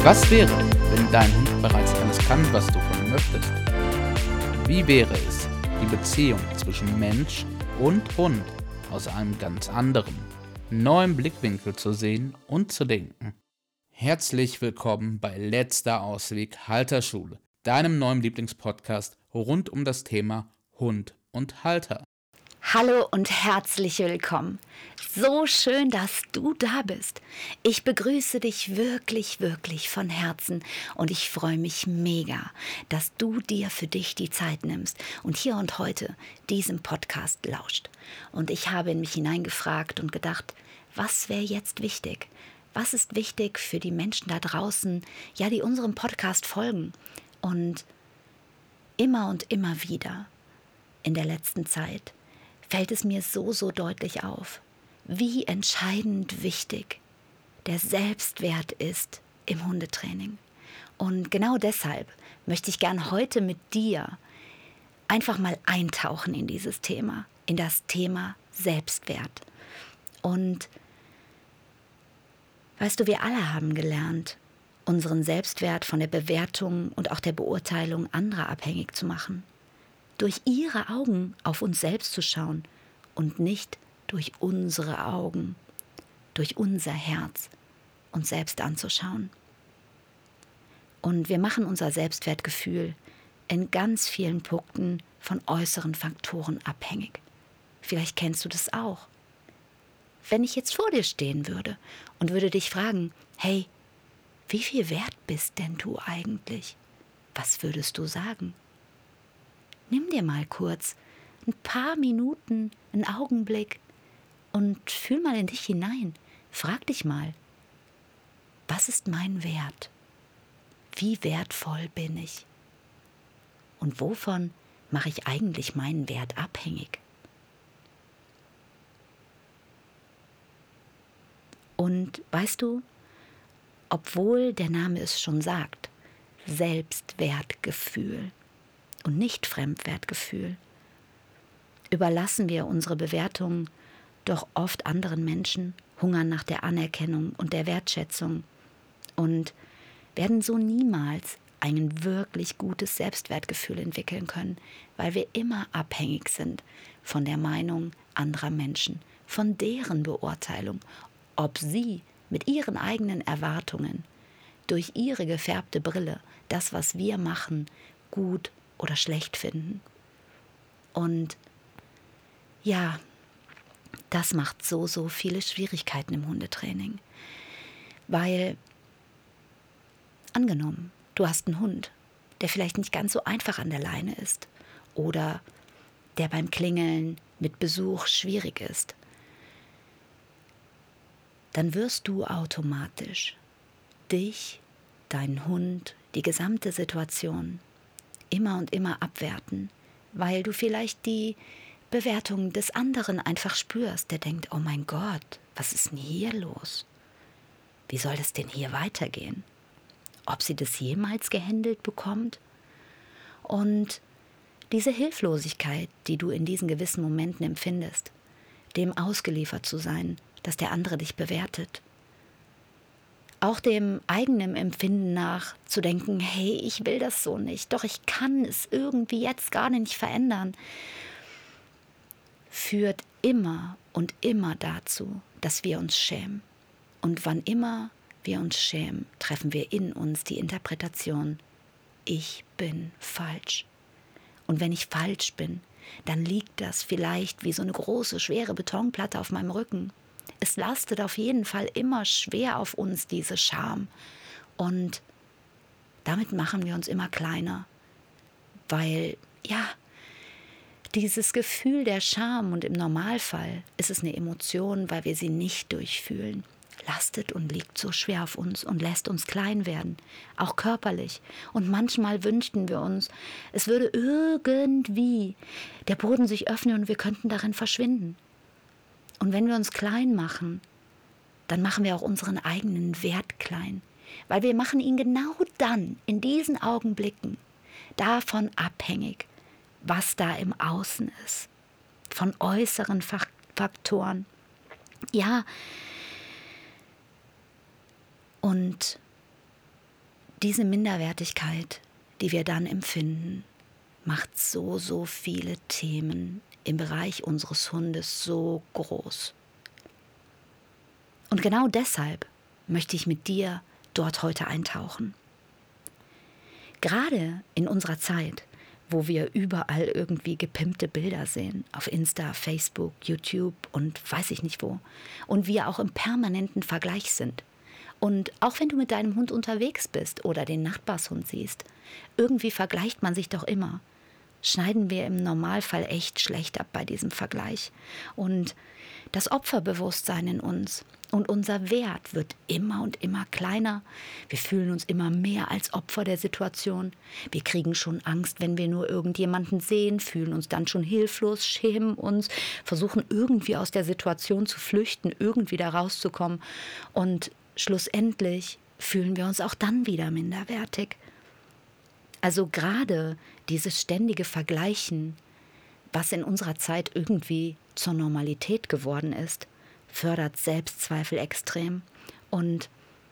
Was wäre, wenn dein Hund bereits alles kann, was du von ihm möchtest? Wie wäre es, die Beziehung zwischen Mensch und Hund aus einem ganz anderen, neuen Blickwinkel zu sehen und zu denken? Herzlich willkommen bei Letzter Ausweg Halterschule, deinem neuen Lieblingspodcast rund um das Thema Hund und Halter. Hallo und herzlich willkommen. So schön, dass du da bist. Ich begrüße dich wirklich, wirklich von Herzen und ich freue mich mega, dass du dir für dich die Zeit nimmst und hier und heute diesem Podcast lauscht. Und ich habe in mich hineingefragt und gedacht, was wäre jetzt wichtig? Was ist wichtig für die Menschen da draußen, ja, die unserem Podcast folgen? Und immer wieder in der letzten Zeit fällt es mir so deutlich auf, wie entscheidend wichtig der Selbstwert ist im Hundetraining. Und genau deshalb möchte ich gern heute mit dir einfach mal eintauchen in dieses Thema, in das Thema Selbstwert. Und weißt du, wir alle haben gelernt, unseren Selbstwert von der Bewertung und auch der Beurteilung anderer abhängig zu machen. Durch ihre Augen auf uns selbst zu schauen und nicht durch unsere Augen, durch unser Herz uns selbst anzuschauen. Und wir machen unser Selbstwertgefühl in ganz vielen Punkten von äußeren Faktoren abhängig. Vielleicht kennst du das auch. Wenn ich jetzt vor dir stehen würde und würde dich fragen, hey, wie viel wert bist denn du eigentlich? Was würdest du sagen? Nimm dir mal kurz ein paar Minuten, einen Augenblick und fühl mal in dich hinein. Frag dich mal, was ist mein Wert? Wie wertvoll bin ich? Und wovon mache ich eigentlich meinen Wert abhängig? Und weißt du, obwohl der Name es schon sagt, Selbstwertgefühl und nicht Fremdwertgefühl, überlassen wir unsere Bewertungen doch oft anderen Menschen, hungern nach der Anerkennung und der Wertschätzung und werden so niemals ein wirklich gutes Selbstwertgefühl entwickeln können, weil wir immer abhängig sind von der Meinung anderer Menschen, von deren Beurteilung, ob sie mit ihren eigenen Erwartungen durch ihre gefärbte Brille das, was wir machen, gut oder schlecht finden. Und ja, das macht so viele Schwierigkeiten im Hundetraining. Weil, angenommen, du hast einen Hund, der vielleicht nicht ganz so einfach an der Leine ist oder der beim Klingeln mit Besuch schwierig ist, dann wirst du automatisch dich, deinen Hund, die gesamte Situation immer und immer abwerten, weil du vielleicht die Bewertung des anderen einfach spürst, der denkt, oh mein Gott, was ist denn hier los? Wie soll das denn hier weitergehen? Ob sie das jemals gehandelt bekommt? Und diese Hilflosigkeit, die du in diesen gewissen Momenten empfindest, dem ausgeliefert zu sein, dass der andere dich bewertet, auch dem eigenen Empfinden nach zu denken, hey, ich will das so nicht, doch ich kann es irgendwie jetzt gar nicht verändern, führt immer und immer dazu, dass wir uns schämen. Und wann immer wir uns schämen, treffen wir in uns die Interpretation, ich bin falsch. Und wenn ich falsch bin, dann liegt das vielleicht wie so eine große, schwere Betonplatte auf meinem Rücken. Es lastet auf jeden Fall immer schwer auf uns, diese Scham. Und damit machen wir uns immer kleiner, weil, ja, dieses Gefühl der Scham, und im Normalfall ist es eine Emotion, weil wir sie nicht durchfühlen, lastet und liegt so schwer auf uns und lässt uns klein werden, auch körperlich. Und manchmal wünschten wir uns, es würde irgendwie der Boden sich öffnen und wir könnten darin verschwinden. Und wenn wir uns klein machen, dann machen wir auch unseren eigenen Wert klein, weil wir machen ihn genau dann, in diesen Augenblicken, davon abhängig, was da im Außen ist, von äußeren Faktoren. Ja, und diese Minderwertigkeit, die wir dann empfinden, macht so viele Themen im Bereich unseres Hundes so groß. Und genau deshalb möchte ich mit dir dort heute eintauchen. Gerade in unserer Zeit, wo wir überall irgendwie gepimpte Bilder sehen, auf Insta, Facebook, YouTube und weiß ich nicht wo, und wir auch im permanenten Vergleich sind. Und auch wenn du mit deinem Hund unterwegs bist oder den Nachbarshund siehst, irgendwie vergleicht man sich doch immer. Schneiden wir im Normalfall echt schlecht ab bei diesem Vergleich. Und das Opferbewusstsein in uns und unser Wert wird immer und immer kleiner. Wir fühlen uns immer mehr als Opfer der Situation. Wir kriegen schon Angst, wenn wir nur irgendjemanden sehen, fühlen uns dann schon hilflos, schämen uns, versuchen irgendwie aus der Situation zu flüchten, irgendwie da rauszukommen. Und schlussendlich fühlen wir uns auch dann wieder minderwertig. Also gerade dieses ständige Vergleichen, was in unserer Zeit irgendwie zur Normalität geworden ist, fördert Selbstzweifel extrem. Und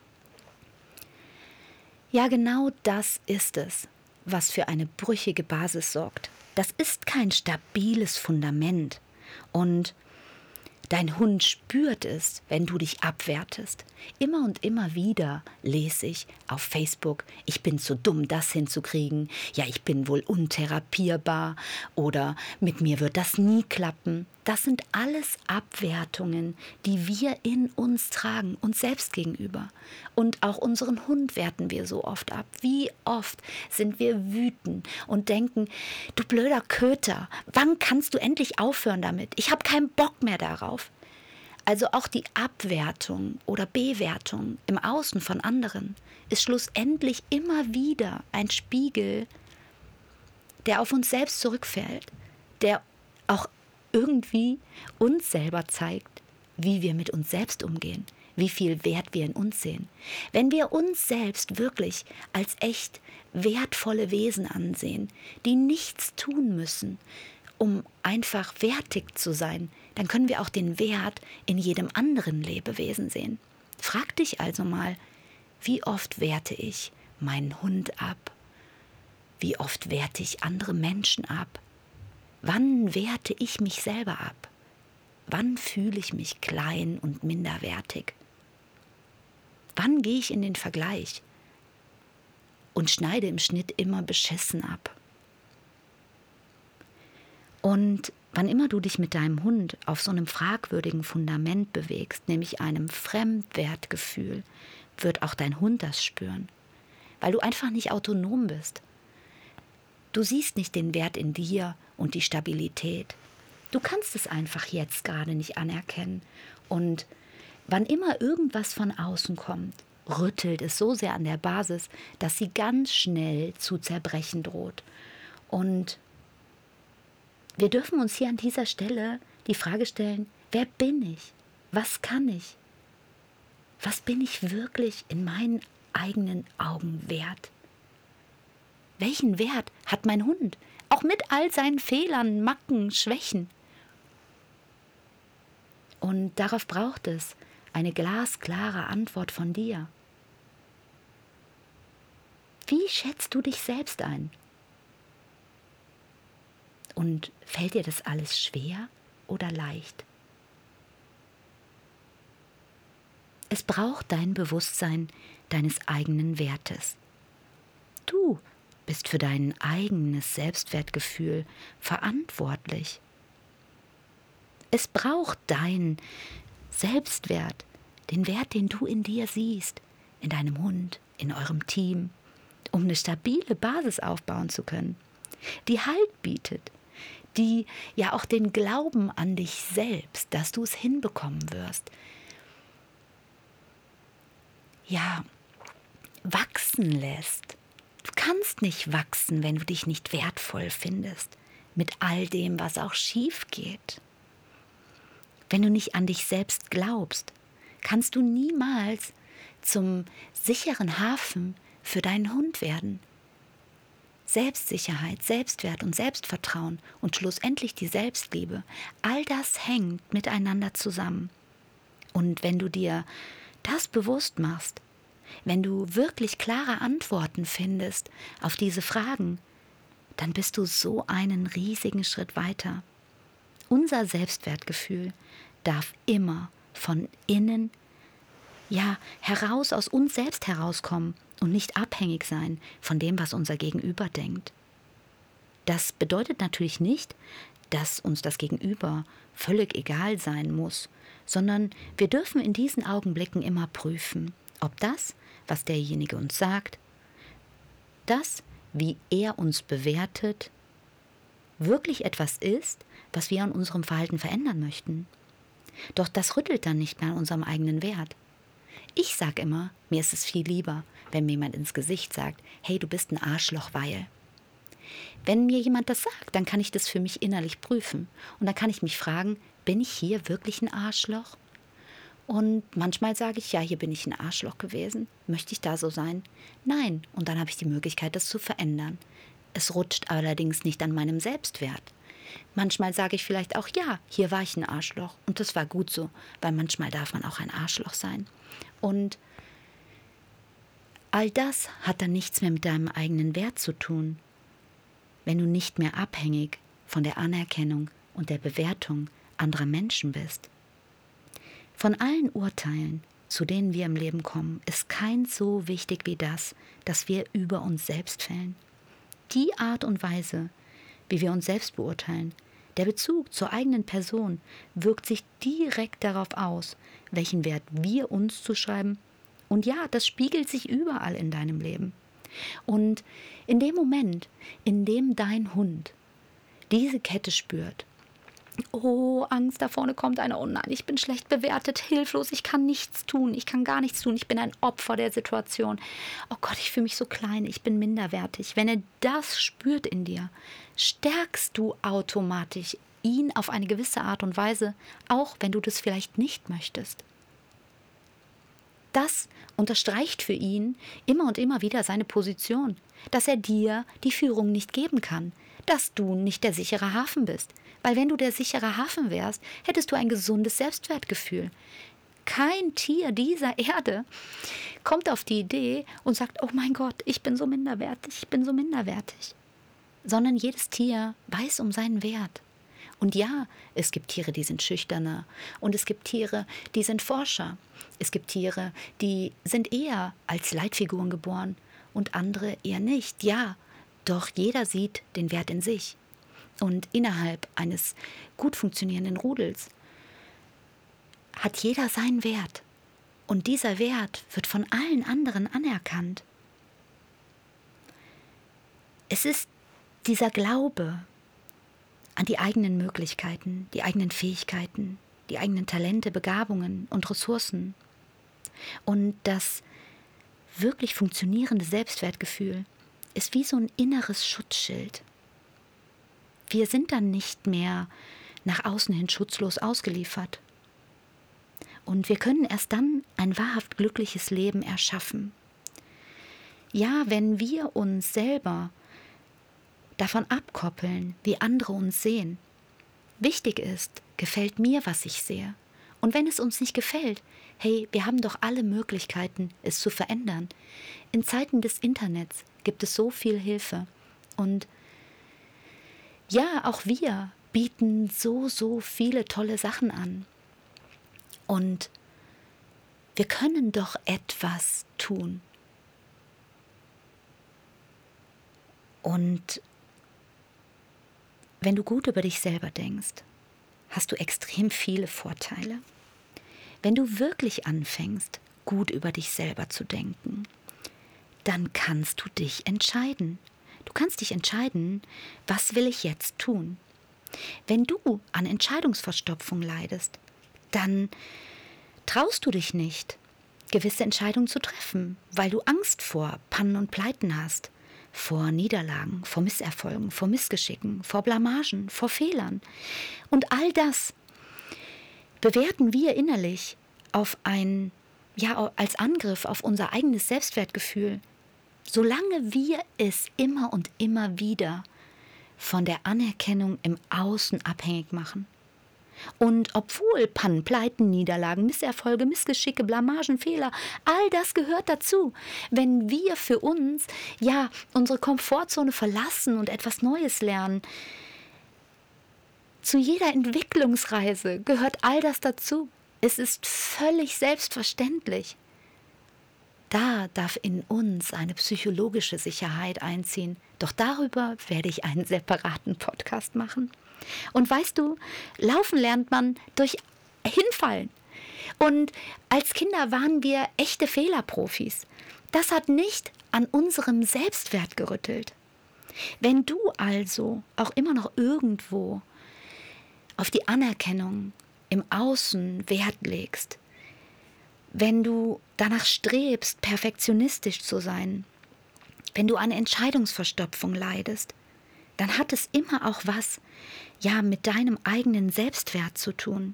ja, genau das ist es, was für eine brüchige Basis sorgt. Das ist kein stabiles Fundament. Und dein Hund spürt es, wenn du dich abwertest. Immer und immer wieder lese ich auf Facebook, ich bin zu dumm, das hinzukriegen. Ja, ich bin wohl untherapierbar oder mit mir wird das nie klappen. Das sind alles Abwertungen, die wir in uns tragen, uns selbst gegenüber. Und auch unseren Hund werten wir so oft ab. Wie oft sind wir wütend und denken, du blöder Köter, wann kannst du endlich aufhören damit? Ich habe keinen Bock mehr darauf. Also auch die Abwertung oder Bewertung im Außen von anderen ist schlussendlich immer wieder ein Spiegel, der auf uns selbst zurückfällt, der auch irgendwie uns selber zeigt, wie wir mit uns selbst umgehen, wie viel Wert wir in uns sehen. Wenn wir uns selbst wirklich als echt wertvolle Wesen ansehen, die nichts tun müssen, um einfach wertig zu sein, dann können wir auch den Wert in jedem anderen Lebewesen sehen. Frag dich also mal, wie oft werte ich meinen Hund ab? Wie oft werte ich andere Menschen ab? Wann werte ich mich selber ab? Wann fühle ich mich klein und minderwertig? Wann gehe ich in den Vergleich und schneide im Schnitt immer beschissen ab? Und wann immer du dich mit deinem Hund auf so einem fragwürdigen Fundament bewegst, nämlich einem Fremdwertgefühl, wird auch dein Hund das spüren, weil du einfach nicht autonom bist. Du siehst nicht den Wert in dir und die Stabilität. Du kannst es einfach jetzt gerade nicht anerkennen. Und wann immer irgendwas von außen kommt, rüttelt es so sehr an der Basis, dass sie ganz schnell zu zerbrechen droht. Und wir dürfen uns hier an dieser Stelle die Frage stellen, wer bin ich? Was kann ich? Was bin ich wirklich in meinen eigenen Augen wert? Welchen Wert hat mein Hund? Auch mit all seinen Fehlern, Macken, Schwächen. Und darauf braucht es eine glasklare Antwort von dir. Wie schätzt du dich selbst ein? Und fällt dir das alles schwer oder leicht? Es braucht dein Bewusstsein deines eigenen Wertes. Du bist für dein eigenes Selbstwertgefühl verantwortlich. Es braucht deinen Selbstwert, den Wert, den du in dir siehst, in deinem Hund, in eurem Team, um eine stabile Basis aufbauen zu können, die Halt bietet, die ja auch den Glauben an dich selbst, dass du es hinbekommen wirst, ja, wachsen lässt. Du kannst nicht wachsen, wenn du dich nicht wertvoll findest, mit all dem, was auch schief geht. Wenn du nicht an dich selbst glaubst, kannst du niemals zum sicheren Hafen für deinen Hund werden. Selbstsicherheit, Selbstwert und Selbstvertrauen und schlussendlich die Selbstliebe, all das hängt miteinander zusammen. Und wenn du dir das bewusst machst, Wenn du wirklich klare Antworten findest auf diese Fragen, dann bist du so einen riesigen Schritt weiter. Unser Selbstwertgefühl darf immer von innen, heraus aus uns selbst herauskommen und nicht abhängig sein von dem, was unser Gegenüber denkt. Das bedeutet natürlich nicht, dass uns das Gegenüber völlig egal sein muss, sondern wir dürfen in diesen Augenblicken immer prüfen, ob das, was derjenige uns sagt, das, wie er uns bewertet, wirklich etwas ist, was wir an unserem Verhalten verändern möchten. Doch das rüttelt dann nicht mehr an unserem eigenen Wert. Ich sage immer, mir ist es viel lieber, wenn mir jemand ins Gesicht sagt, hey, du bist ein Arschloch, weil. Wenn mir jemand das sagt, dann kann ich das für mich innerlich prüfen. Und dann kann ich mich fragen, bin ich hier wirklich ein Arschloch? Und manchmal sage ich, ja, hier bin ich ein Arschloch gewesen. Möchte ich da so sein? Nein. Und dann habe ich die Möglichkeit, das zu verändern. Es rutscht allerdings nicht an meinem Selbstwert. Manchmal sage ich vielleicht auch, ja, hier war ich ein Arschloch. Und das war gut so, weil manchmal darf man auch ein Arschloch sein. Und all das hat dann nichts mehr mit deinem eigenen Wert zu tun, wenn du nicht mehr abhängig von der Anerkennung und der Bewertung anderer Menschen bist. Von allen Urteilen, zu denen wir im Leben kommen, ist keins so wichtig wie das, dass wir über uns selbst fällen. Die Art und Weise, wie wir uns selbst beurteilen, der Bezug zur eigenen Person wirkt sich direkt darauf aus, welchen Wert wir uns zuschreiben. Und ja, das spiegelt sich überall in deinem Leben. Und in dem Moment, in dem dein Hund diese Kette spürt, oh, Angst, da vorne kommt einer, oh nein, ich bin schlecht bewertet, hilflos, ich kann nichts tun, ich kann gar nichts tun, ich bin ein Opfer der Situation. Oh Gott, ich fühle mich so klein, ich bin minderwertig. Wenn er das spürt in dir, stärkst du automatisch ihn auf eine gewisse Art und Weise, auch wenn du das vielleicht nicht möchtest. Das unterstreicht für ihn immer und immer wieder seine Position, dass er dir die Führung nicht geben kann, dass du nicht der sichere Hafen bist. Weil wenn du der sichere Hafen wärst, hättest du ein gesundes Selbstwertgefühl. Kein Tier dieser Erde kommt auf die Idee und sagt, oh mein Gott, ich bin so minderwertig, ich bin so minderwertig. Sondern jedes Tier weiß um seinen Wert. Und ja, es gibt Tiere, die sind schüchterner. Und es gibt Tiere, die sind forscher. Es gibt Tiere, die sind eher als Leitfiguren geboren und andere eher nicht. Ja, doch jeder sieht den Wert in sich. Und innerhalb eines gut funktionierenden Rudels hat jeder seinen Wert. Und dieser Wert wird von allen anderen anerkannt. Es ist dieser Glaube an die eigenen Möglichkeiten, die eigenen Fähigkeiten, die eigenen Talente, Begabungen und Ressourcen. Und das wirklich funktionierende Selbstwertgefühl ist wie so ein inneres Schutzschild. Wir sind dann nicht mehr nach außen hin schutzlos ausgeliefert. Und wir können erst dann ein wahrhaft glückliches Leben erschaffen. Ja, wenn wir uns selber davon abkoppeln, wie andere uns sehen. Wichtig ist, gefällt mir, was ich sehe. Und wenn es uns nicht gefällt, hey, wir haben doch alle Möglichkeiten, es zu verändern. In Zeiten des Internets gibt es so viel Hilfe. Und ja, auch wir bieten so viele tolle Sachen an. Und wir können doch etwas tun. Und wenn du gut über dich selber denkst, hast du extrem viele Vorteile. Wenn du wirklich anfängst, gut über dich selber zu denken, dann kannst du dich entscheiden. Du kannst dich entscheiden, was will ich jetzt tun? Wenn du an Entscheidungsverstopfung leidest, dann traust du dich nicht, gewisse Entscheidungen zu treffen, weil du Angst vor Pannen und Pleiten hast, vor Niederlagen, vor Misserfolgen, vor Missgeschicken, vor Blamagen, vor Fehlern. Und all das bewerten wir innerlich als Angriff auf unser eigenes Selbstwertgefühl, solange wir es immer und immer wieder von der Anerkennung im Außen abhängig machen. Und obwohl Pannen, Pleiten, Niederlagen, Misserfolge, Missgeschicke, Blamagen, Fehler, all das gehört dazu. Wenn wir für uns unsere Komfortzone verlassen und etwas Neues lernen, zu jeder Entwicklungsreise gehört all das dazu. Es ist völlig selbstverständlich. Da darf in uns eine psychologische Sicherheit einziehen. Doch darüber werde ich einen separaten Podcast machen. Und weißt du, laufen lernt man durch Hinfallen. Und als Kinder waren wir echte Fehlerprofis. Das hat nicht an unserem Selbstwert gerüttelt. Wenn du also auch immer noch irgendwo auf die Anerkennung im Außen Wert legst, wenn du danach strebst, perfektionistisch zu sein, wenn du an Entscheidungsverstopfung leidest, dann hat es immer auch was, mit deinem eigenen Selbstwert zu tun.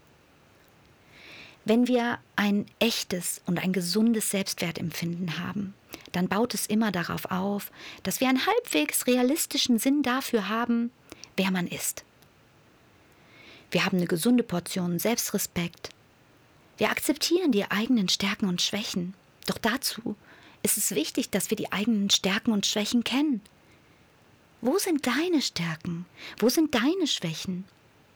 Wenn wir ein echtes und ein gesundes Selbstwertempfinden haben, dann baut es immer darauf auf, dass wir einen halbwegs realistischen Sinn dafür haben, wer man ist. Wir haben eine gesunde Portion Selbstrespekt. Wir akzeptieren die eigenen Stärken und Schwächen. Doch dazu ist es wichtig, dass wir die eigenen Stärken und Schwächen kennen. Wo sind deine Stärken? Wo sind deine Schwächen?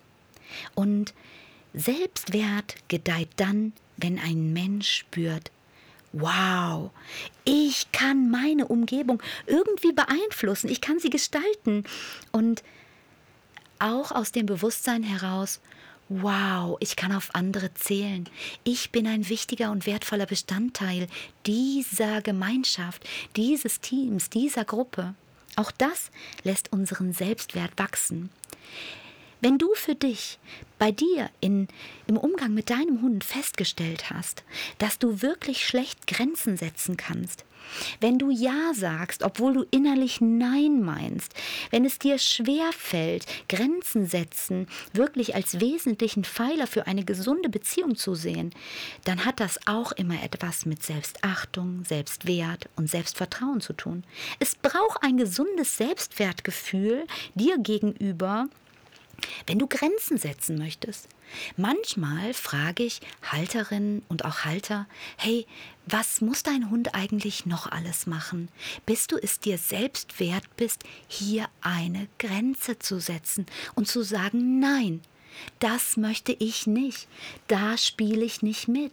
Und Selbstwert gedeiht dann, wenn ein Mensch spürt, wow, ich kann meine Umgebung irgendwie beeinflussen, ich kann sie gestalten. Und auch aus dem Bewusstsein heraus, wow, ich kann auf andere zählen. Ich bin ein wichtiger und wertvoller Bestandteil dieser Gemeinschaft, dieses Teams, dieser Gruppe. Auch das lässt unseren Selbstwert wachsen. Wenn du für dich, bei dir im Umgang mit deinem Hund festgestellt hast, dass du wirklich schlecht Grenzen setzen kannst, wenn du Ja sagst, obwohl du innerlich Nein meinst, wenn es dir schwerfällt, Grenzen setzen wirklich als wesentlichen Pfeiler für eine gesunde Beziehung zu sehen, dann hat das auch immer etwas mit Selbstachtung, Selbstwert und Selbstvertrauen zu tun. Es braucht ein gesundes Selbstwertgefühl dir gegenüber, wenn du Grenzen setzen möchtest. Manchmal frage ich Halterinnen und auch Halter, hey, was muss dein Hund eigentlich noch alles machen, bis du es dir selbst wert bist, hier eine Grenze zu setzen und zu sagen, nein, das möchte ich nicht, da spiele ich nicht mit.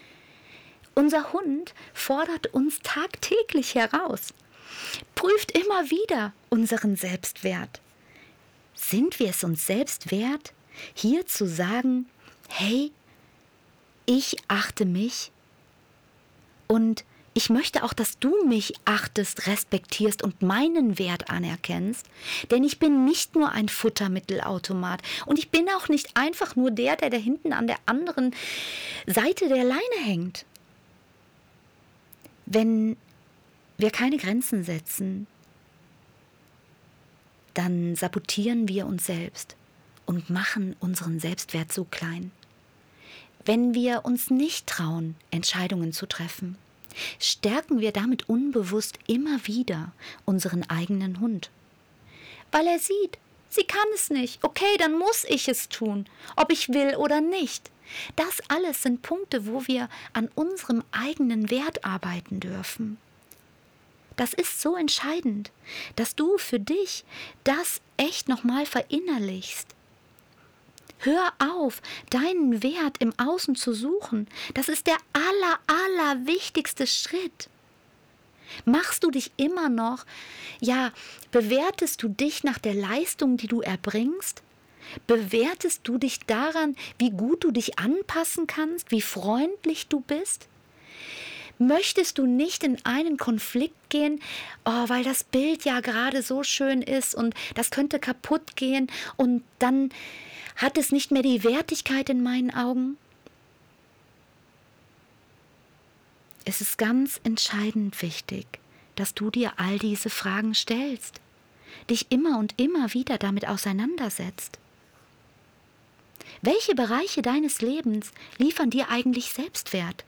Unser Hund fordert uns tagtäglich heraus, prüft immer wieder unseren Selbstwert. Sind wir es uns selbst wert, hier zu sagen, hey, ich achte mich und ich möchte auch, dass du mich achtest, respektierst und meinen Wert anerkennst, denn ich bin nicht nur ein Futtermittelautomat und ich bin auch nicht einfach nur der da hinten an der anderen Seite der Leine hängt. Wenn wir keine Grenzen setzen, dann sabotieren wir uns selbst und machen unseren Selbstwert so klein. Wenn wir uns nicht trauen, Entscheidungen zu treffen, stärken wir damit unbewusst immer wieder unseren eigenen Hund. Weil er sieht, sie kann es nicht, okay, dann muss ich es tun, ob ich will oder nicht. Das alles sind Punkte, wo wir an unserem eigenen Wert arbeiten dürfen. Das ist so entscheidend, dass du für dich das echt nochmal verinnerlichst. Hör auf, deinen Wert im Außen zu suchen. Das ist der allerwichtigste Schritt. Machst du dich immer noch, bewertest du dich nach der Leistung, die du erbringst? Bewertest du dich daran, wie gut du dich anpassen kannst, wie freundlich du bist? Möchtest du nicht in einen Konflikt gehen, weil das Bild ja gerade so schön ist und das könnte kaputt gehen und dann hat es nicht mehr die Wertigkeit in meinen Augen? Es ist ganz entscheidend wichtig, dass du dir all diese Fragen stellst, dich immer und immer wieder damit auseinandersetzt. Welche Bereiche deines Lebens liefern dir eigentlich Selbstwert?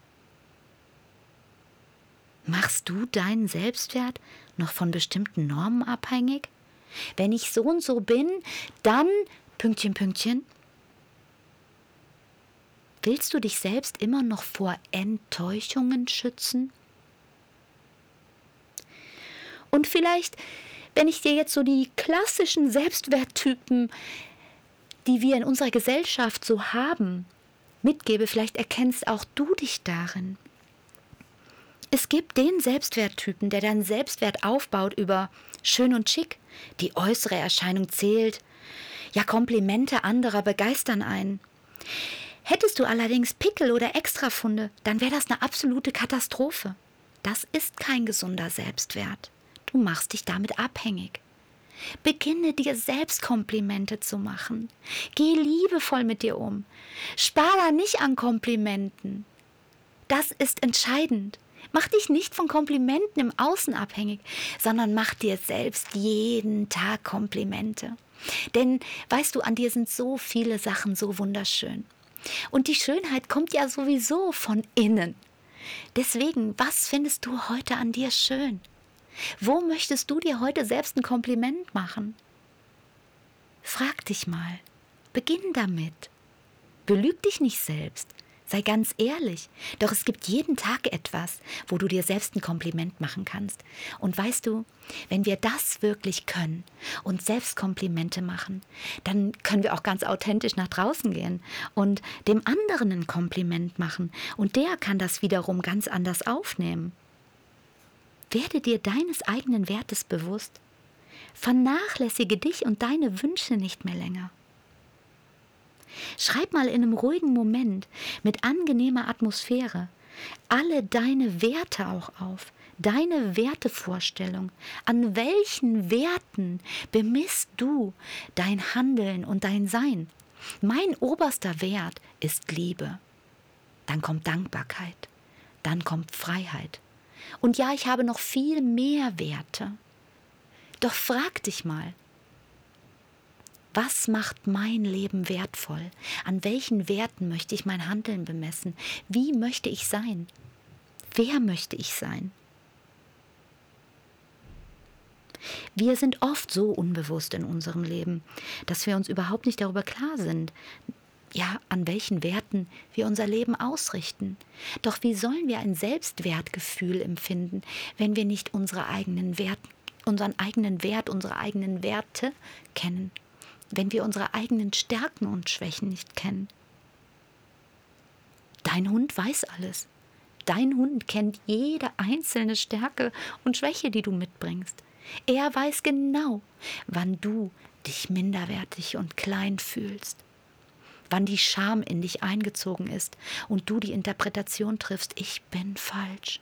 Machst du deinen Selbstwert noch von bestimmten Normen abhängig? Wenn ich so und so bin, dann ... Willst du dich selbst immer noch vor Enttäuschungen schützen? Und vielleicht, wenn ich dir jetzt so die klassischen Selbstwerttypen, die wir in unserer Gesellschaft so haben, mitgebe, vielleicht erkennst auch du dich darin. Es gibt den Selbstwerttypen, der deinen Selbstwert aufbaut über schön und schick, die äußere Erscheinung zählt, ja, Komplimente anderer begeistern einen. Hättest du allerdings Pickel oder Extrafunde, dann wäre das eine absolute Katastrophe. Das ist kein gesunder Selbstwert. Du machst dich damit abhängig. Beginne dir selbst Komplimente zu machen. Geh liebevoll mit dir um. Spar da nicht an Komplimenten. Das ist entscheidend. Mach dich nicht von Komplimenten im Außen abhängig, sondern mach dir selbst jeden Tag Komplimente. Denn, weißt du, an dir sind so viele Sachen so wunderschön. Und die Schönheit kommt ja sowieso von innen. Deswegen, was findest du heute an dir schön? Wo möchtest du dir heute selbst ein Kompliment machen? Frag dich mal. Beginn damit. Belüg dich nicht selbst. Sei ganz ehrlich. Doch es gibt jeden Tag etwas, wo du dir selbst ein Kompliment machen kannst. Und weißt du, wenn wir das wirklich können und selbst Komplimente machen, dann können wir auch ganz authentisch nach draußen gehen und dem anderen ein Kompliment machen. Und der kann das wiederum ganz anders aufnehmen. Werde dir deines eigenen Wertes bewusst. Vernachlässige dich und deine Wünsche nicht mehr länger. Schreib mal in einem ruhigen Moment mit angenehmer Atmosphäre alle deine Werte auch auf, deine Wertevorstellung. An welchen Werten bemisst du dein Handeln und dein Sein? Mein oberster Wert ist Liebe. Dann kommt Dankbarkeit. Dann kommt Freiheit. Und ja, ich habe noch viel mehr Werte. Doch frag dich mal, was macht mein Leben wertvoll? An welchen Werten möchte ich mein Handeln bemessen? Wie möchte ich sein? Wer möchte ich sein? Wir sind oft so unbewusst in unserem Leben, dass wir uns überhaupt nicht darüber klar sind, ja, an welchen Werten wir unser Leben ausrichten. Doch wie sollen wir ein Selbstwertgefühl empfinden, wenn wir nicht unseren eigenen Wert, unsere eigenen Werte kennen? Wenn wir unsere eigenen Stärken und Schwächen nicht kennen? Dein Hund weiß alles. Dein Hund kennt jede einzelne Stärke und Schwäche, die du mitbringst. Er weiß genau, wann du dich minderwertig und klein fühlst. Wann die Scham in dich eingezogen ist und du die Interpretation triffst, ich bin falsch.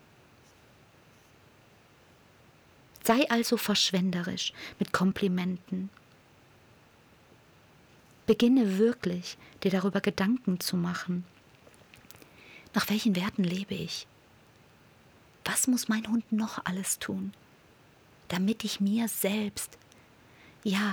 Sei also verschwenderisch mit Komplimenten. Beginne wirklich, dir darüber Gedanken zu machen. Nach welchen Werten lebe ich? Was muss mein Hund noch alles tun, damit ich mir selbst, ja,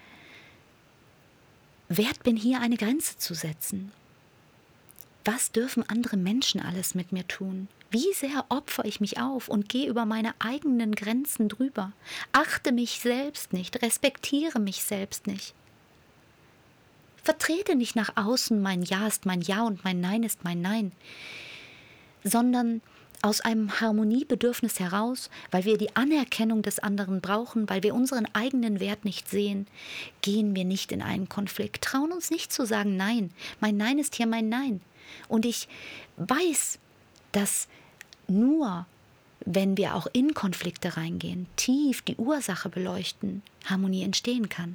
wert bin, hier eine Grenze zu setzen? Was dürfen andere Menschen alles mit mir tun? Wie sehr opfere ich mich auf und gehe über meine eigenen Grenzen drüber? Achte mich selbst nicht, respektiere mich selbst nicht. Vertrete nicht nach außen, mein Ja ist mein Ja und mein Nein ist mein Nein, sondern aus einem Harmoniebedürfnis heraus, weil wir die Anerkennung des anderen brauchen, weil wir unseren eigenen Wert nicht sehen, gehen wir nicht in einen Konflikt, trauen uns nicht zu sagen Nein. Mein Nein ist hier mein Nein. Und ich weiß, dass nur, wenn wir auch in Konflikte reingehen, tief die Ursache beleuchten, Harmonie entstehen kann.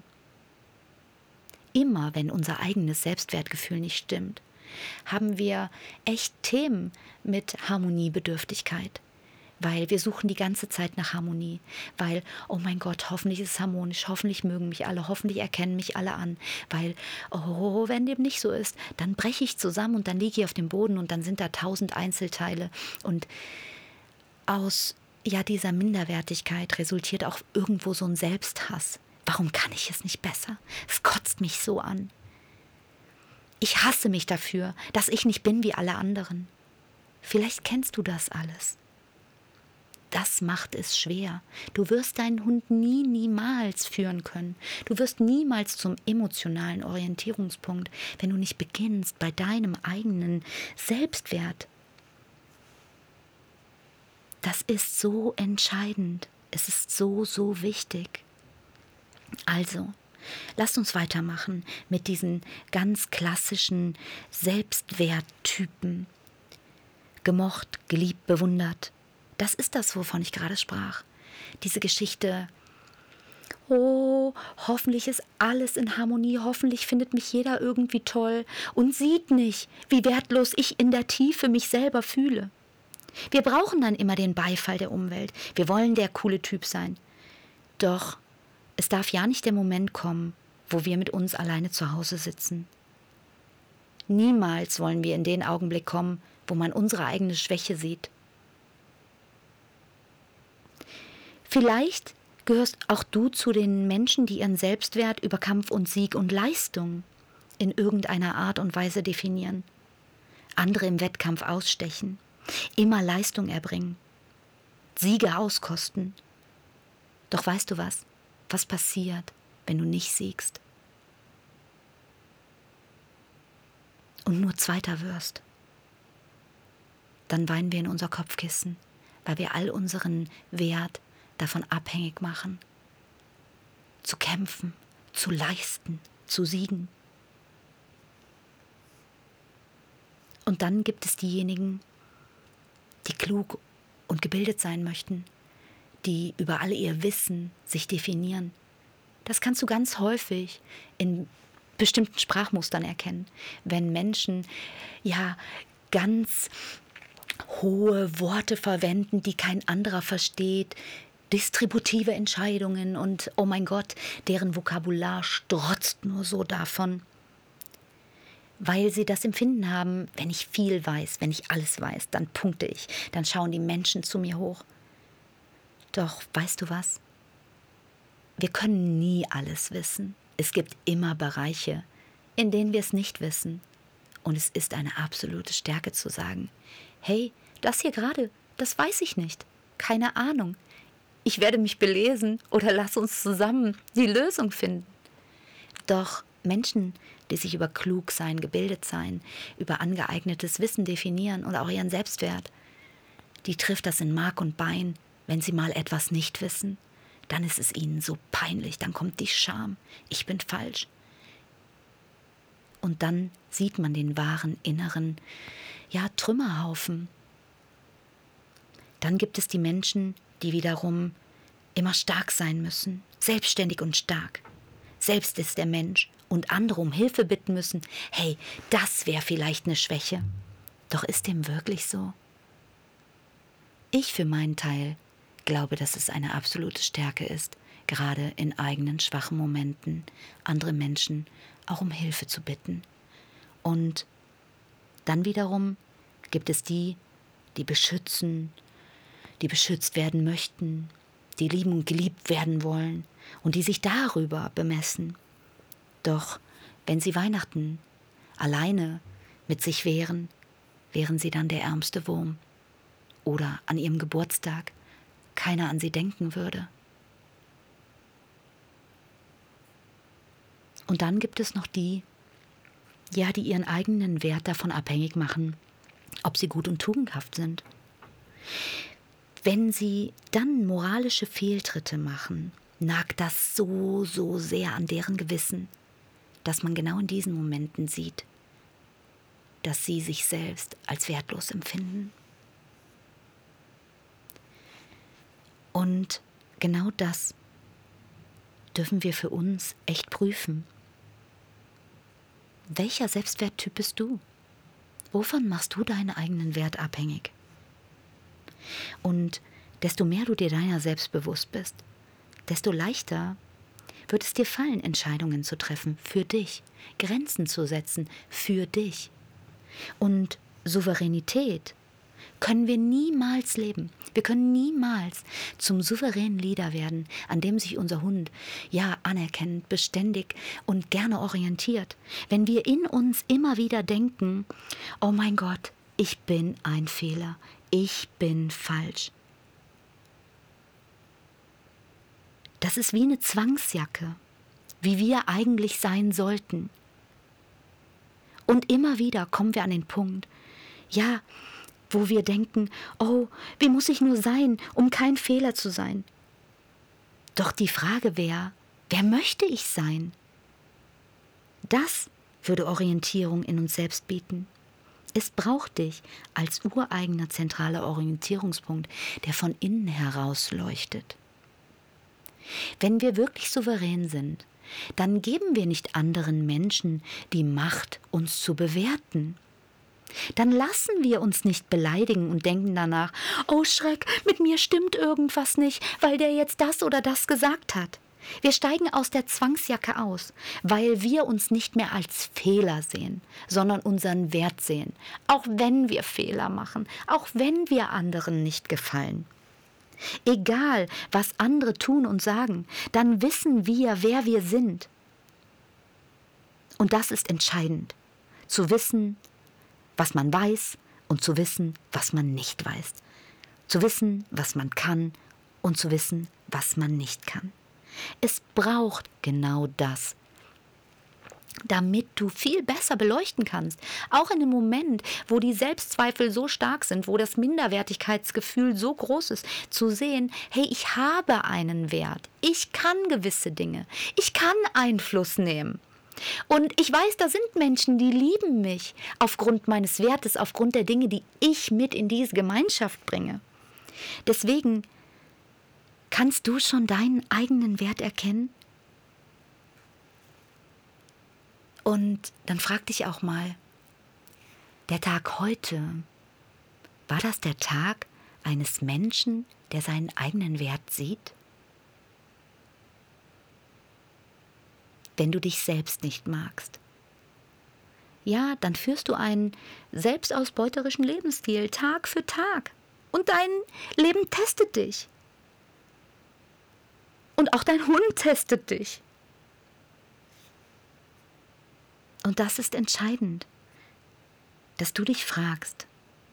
Immer wenn unser eigenes Selbstwertgefühl nicht stimmt, haben wir echt Themen mit Harmoniebedürftigkeit, weil wir suchen die ganze Zeit nach Harmonie, weil, oh mein Gott, hoffentlich ist es harmonisch, hoffentlich mögen mich alle, hoffentlich erkennen mich alle an, weil, oh, wenn dem nicht so ist, dann breche ich zusammen und dann liege ich auf dem Boden und dann sind da 1000 Einzelteile und aus dieser Minderwertigkeit resultiert auch irgendwo so ein Selbsthass. Warum kann ich es nicht besser? Es kotzt mich so an. Ich hasse mich dafür, dass ich nicht bin wie alle anderen. Vielleicht kennst du das alles. Das macht es schwer. Du wirst deinen Hund niemals führen können. Du wirst niemals zum emotionalen Orientierungspunkt, wenn du nicht beginnst bei deinem eigenen Selbstwert. Das ist so entscheidend. Es ist so, so wichtig. Also, lasst uns weitermachen mit diesen ganz klassischen Selbstwerttypen. Gemocht, geliebt, bewundert. Das ist das, wovon ich gerade sprach. Diese Geschichte, oh, hoffentlich ist alles in Harmonie, hoffentlich findet mich jeder irgendwie toll und sieht nicht, wie wertlos ich in der Tiefe mich selber fühle. Wir brauchen dann immer den Beifall der Umwelt. Wir wollen der coole Typ sein. Doch es darf ja nicht der Moment kommen, wo wir mit uns alleine zu Hause sitzen. Niemals wollen wir in den Augenblick kommen, wo man unsere eigene Schwäche sieht. Vielleicht gehörst auch du zu den Menschen, die ihren Selbstwert über Kampf und Sieg und Leistung in irgendeiner Art und Weise definieren, andere im Wettkampf ausstechen, immer Leistung erbringen, Siege auskosten. Doch weißt du was? Was passiert, wenn du nicht siegst und nur Zweiter wirst? Dann weinen wir in unser Kopfkissen, weil wir all unseren Wert davon abhängig machen, zu kämpfen, zu leisten, zu siegen. Und dann gibt es diejenigen, die klug und gebildet sein möchten, die über all ihr Wissen sich definieren. Das kannst du ganz häufig in bestimmten Sprachmustern erkennen, wenn Menschen ganz hohe Worte verwenden, die kein anderer versteht, distributive Entscheidungen und oh mein Gott, deren Vokabular strotzt nur so davon, weil sie das Empfinden haben, wenn ich viel weiß, wenn ich alles weiß, dann punkte ich, dann schauen die Menschen zu mir hoch. Doch weißt du was? Wir können nie alles wissen. Es gibt immer Bereiche, in denen wir es nicht wissen. Und es ist eine absolute Stärke zu sagen, hey, das hier gerade, das weiß ich nicht. Keine Ahnung. Ich werde mich belesen oder lass uns zusammen die Lösung finden. Doch Menschen, die sich über Klugsein, Gebildetsein, über angeeignetes Wissen definieren und auch ihren Selbstwert, die trifft das in Mark und Bein, wenn sie mal etwas nicht wissen. Dann ist es ihnen so peinlich, dann kommt die Scham, ich bin falsch. Und dann sieht man den wahren inneren, Trümmerhaufen. Dann gibt es die Menschen, die wiederum immer stark sein müssen, selbstständig und stark. Selbst ist der Mensch und andere um Hilfe bitten müssen. Hey, das wäre vielleicht eine Schwäche. Doch ist dem wirklich so? Ich für meinen Teil glaube, dass es eine absolute Stärke ist, gerade in eigenen schwachen Momenten andere Menschen auch um Hilfe zu bitten. Und dann wiederum gibt es die, die beschützen, die beschützt werden möchten, die lieben und geliebt werden wollen und die sich darüber bemessen. Doch wenn sie Weihnachten alleine mit sich wären, wären sie dann der ärmste Wurm. Oder an ihrem Geburtstag keiner an sie denken würde. Und dann gibt es noch die, die ihren eigenen Wert davon abhängig machen, ob sie gut und tugendhaft sind. Wenn sie dann moralische Fehltritte machen, nagt das so, so sehr an deren Gewissen, dass man genau in diesen Momenten sieht, dass sie sich selbst als wertlos empfinden. Und genau das dürfen wir für uns echt prüfen. Welcher Selbstwerttyp bist du? Wovon machst du deinen eigenen Wert abhängig? Und desto mehr du dir deiner selbst bewusst bist, desto leichter wird es dir fallen, Entscheidungen zu treffen für dich, Grenzen zu setzen für dich. Und Souveränität können wir niemals leben. Wir können niemals zum souveränen Leader werden, an dem sich unser Hund anerkennend, beständig und gerne orientiert. Wenn wir in uns immer wieder denken, oh mein Gott, ich bin ein Fehler, ich bin falsch. Das ist wie eine Zwangsjacke, wie wir eigentlich sein sollten. Und immer wieder kommen wir an den Punkt, ja, wo wir denken, oh, wie muss ich nur sein, um kein Fehler zu sein? Doch die Frage wäre, wer möchte ich sein? Das würde Orientierung in uns selbst bieten. Es braucht dich als ureigener zentraler Orientierungspunkt, der von innen heraus leuchtet. Wenn wir wirklich souverän sind, dann geben wir nicht anderen Menschen die Macht, uns zu bewerten. Dann lassen wir uns nicht beleidigen und denken danach, oh Schreck, mit mir stimmt irgendwas nicht, weil der jetzt das oder das gesagt hat. Wir steigen aus der Zwangsjacke aus, weil wir uns nicht mehr als Fehler sehen, sondern unseren Wert sehen, auch wenn wir Fehler machen, auch wenn wir anderen nicht gefallen. Egal, was andere tun und sagen, dann wissen wir, wer wir sind. Und das ist entscheidend, zu wissen, was man weiß und zu wissen, was man nicht weiß. Zu wissen, was man kann und zu wissen, was man nicht kann. Es braucht genau das, damit du viel besser beleuchten kannst. Auch in dem Moment, wo die Selbstzweifel so stark sind, wo das Minderwertigkeitsgefühl so groß ist, zu sehen, hey, ich habe einen Wert, ich kann gewisse Dinge, ich kann Einfluss nehmen. Und ich weiß, da sind Menschen, die lieben mich aufgrund meines Wertes, aufgrund der Dinge, die ich mit in diese Gemeinschaft bringe. Deswegen kannst du schon deinen eigenen Wert erkennen? Und dann frag dich auch mal, der Tag heute, war das der Tag eines Menschen, der seinen eigenen Wert sieht? Wenn du dich selbst nicht magst, ja, dann führst du einen selbstausbeuterischen Lebensstil Tag für Tag. Und dein Leben testet dich. Und auch dein Hund testet dich. Und das ist entscheidend, dass du dich fragst,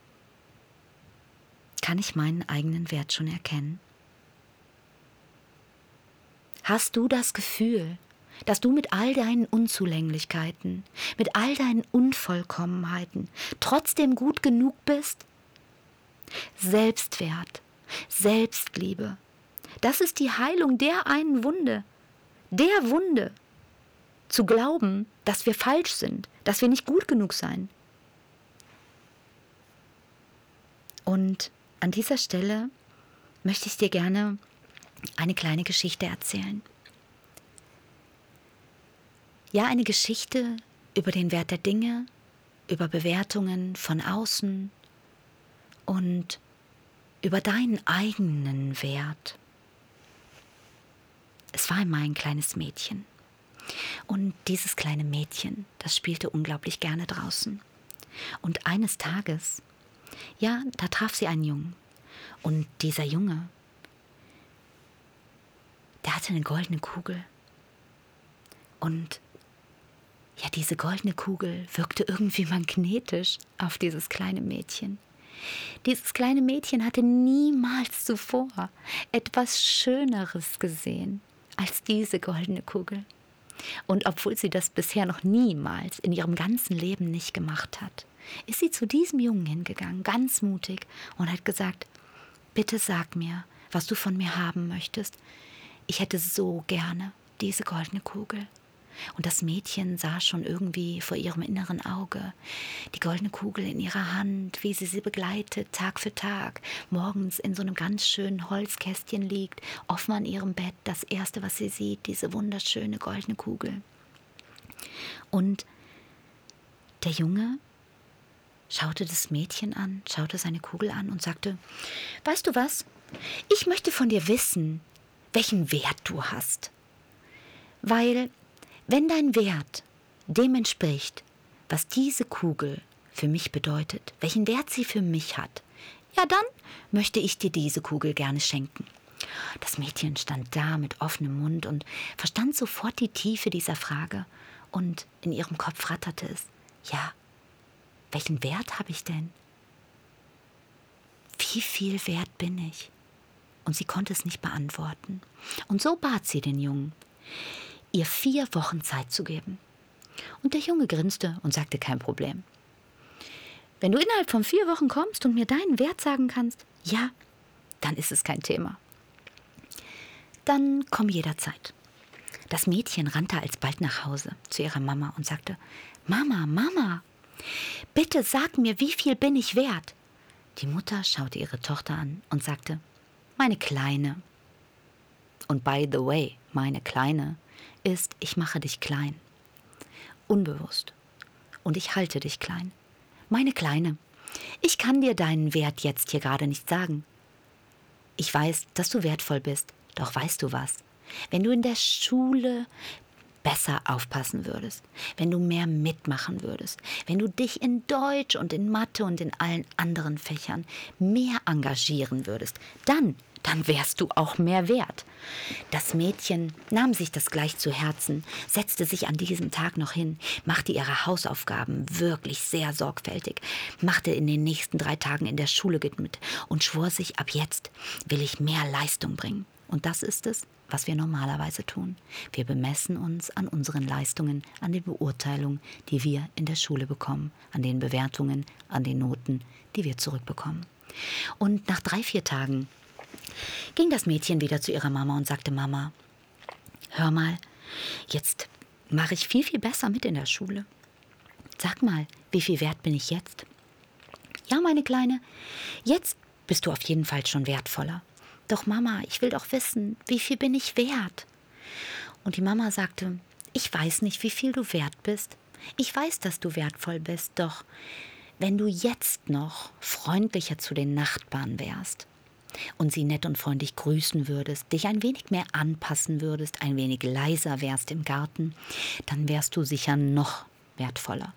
kann ich meinen eigenen Wert schon erkennen? Hast du das Gefühl, dass du mit all deinen Unzulänglichkeiten, mit all deinen Unvollkommenheiten trotzdem gut genug bist? Selbstwert, Selbstliebe, das ist die Heilung der einen Wunde, der Wunde, zu glauben, dass wir falsch sind, dass wir nicht gut genug sein. Und an dieser Stelle möchte ich dir gerne eine kleine Geschichte erzählen. Ja, eine Geschichte über den Wert der Dinge, über Bewertungen von außen und über deinen eigenen Wert. Es war einmal ein kleines Mädchen. Und dieses kleine Mädchen, das spielte unglaublich gerne draußen. Und eines Tages, ja, da traf sie einen Jungen. Und dieser Junge, der hatte eine goldene Kugel. Und ja, diese goldene Kugel wirkte irgendwie magnetisch auf dieses kleine Mädchen. Dieses kleine Mädchen hatte niemals zuvor etwas Schöneres gesehen als diese goldene Kugel. Und obwohl sie das bisher noch niemals in ihrem ganzen Leben nicht gemacht hat, ist sie zu diesem Jungen hingegangen, ganz mutig, und hat gesagt, bitte sag mir, was du von mir haben möchtest. Ich hätte so gerne diese goldene Kugel. Und das Mädchen sah schon irgendwie vor ihrem inneren Auge die goldene Kugel in ihrer Hand, wie sie begleitet, Tag für Tag, morgens in so einem ganz schönen Holzkästchen liegt, offen an ihrem Bett, das Erste, was sie sieht, diese wunderschöne goldene Kugel. Und der Junge schaute das Mädchen an, schaute seine Kugel an und sagte, weißt du was, ich möchte von dir wissen, welchen Wert du hast. Weil wenn dein Wert dem entspricht, was diese Kugel für mich bedeutet, welchen Wert sie für mich hat, ja dann möchte ich dir diese Kugel gerne schenken. Das Mädchen stand da mit offenem Mund und verstand sofort die Tiefe dieser Frage und in ihrem Kopf ratterte es. Ja, welchen Wert habe ich denn? Wie viel wert bin ich? und sie konnte es nicht beantworten. Und so bat sie den Jungen, ihr 4 Wochen Zeit zu geben. Und der Junge grinste und sagte, kein Problem. Wenn du innerhalb von 4 Wochen kommst und mir deinen Wert sagen kannst, ja, dann ist es kein Thema. Dann komm jederzeit. Das Mädchen rannte alsbald nach Hause zu ihrer Mama und sagte, Mama, Mama, bitte sag mir, wie viel bin ich wert? Die Mutter schaute ihre Tochter an und sagte, meine Kleine. Und by the way, meine Kleine ist, ich mache dich klein. Unbewusst. Und ich halte dich klein. Meine Kleine, ich kann dir deinen Wert jetzt hier gerade nicht sagen. Ich weiß, dass du wertvoll bist, doch weißt du was? Wenn du in der Schule besser aufpassen würdest, wenn du mehr mitmachen würdest, wenn du dich in Deutsch und in Mathe und in allen anderen Fächern mehr engagieren würdest, dann wärst du auch mehr wert. Das Mädchen nahm sich das gleich zu Herzen, setzte sich an diesem Tag noch hin, machte ihre Hausaufgaben wirklich sehr sorgfältig, machte in den nächsten 3 Tagen in der Schule mit und schwor sich, ab jetzt will ich mehr Leistung bringen. Und das ist es, was wir normalerweise tun. Wir bemessen uns an unseren Leistungen, an den Beurteilungen, die wir in der Schule bekommen, an den Bewertungen, an den Noten, die wir zurückbekommen. Und nach 3, 4 Tagen ging das Mädchen wieder zu ihrer Mama und sagte, Mama, hör mal, jetzt mache ich viel, viel besser mit in der Schule. Sag mal, wie viel wert bin ich jetzt? Ja, meine Kleine, jetzt bist du auf jeden Fall schon wertvoller. Doch Mama, ich will doch wissen, wie viel bin ich wert? Und die Mama sagte, ich weiß nicht, wie viel du wert bist. Ich weiß, dass du wertvoll bist, doch wenn du jetzt noch freundlicher zu den Nachbarn wärst und sie nett und freundlich grüßen würdest, dich ein wenig mehr anpassen würdest, ein wenig leiser wärst im Garten, dann wärst du sicher noch wertvoller.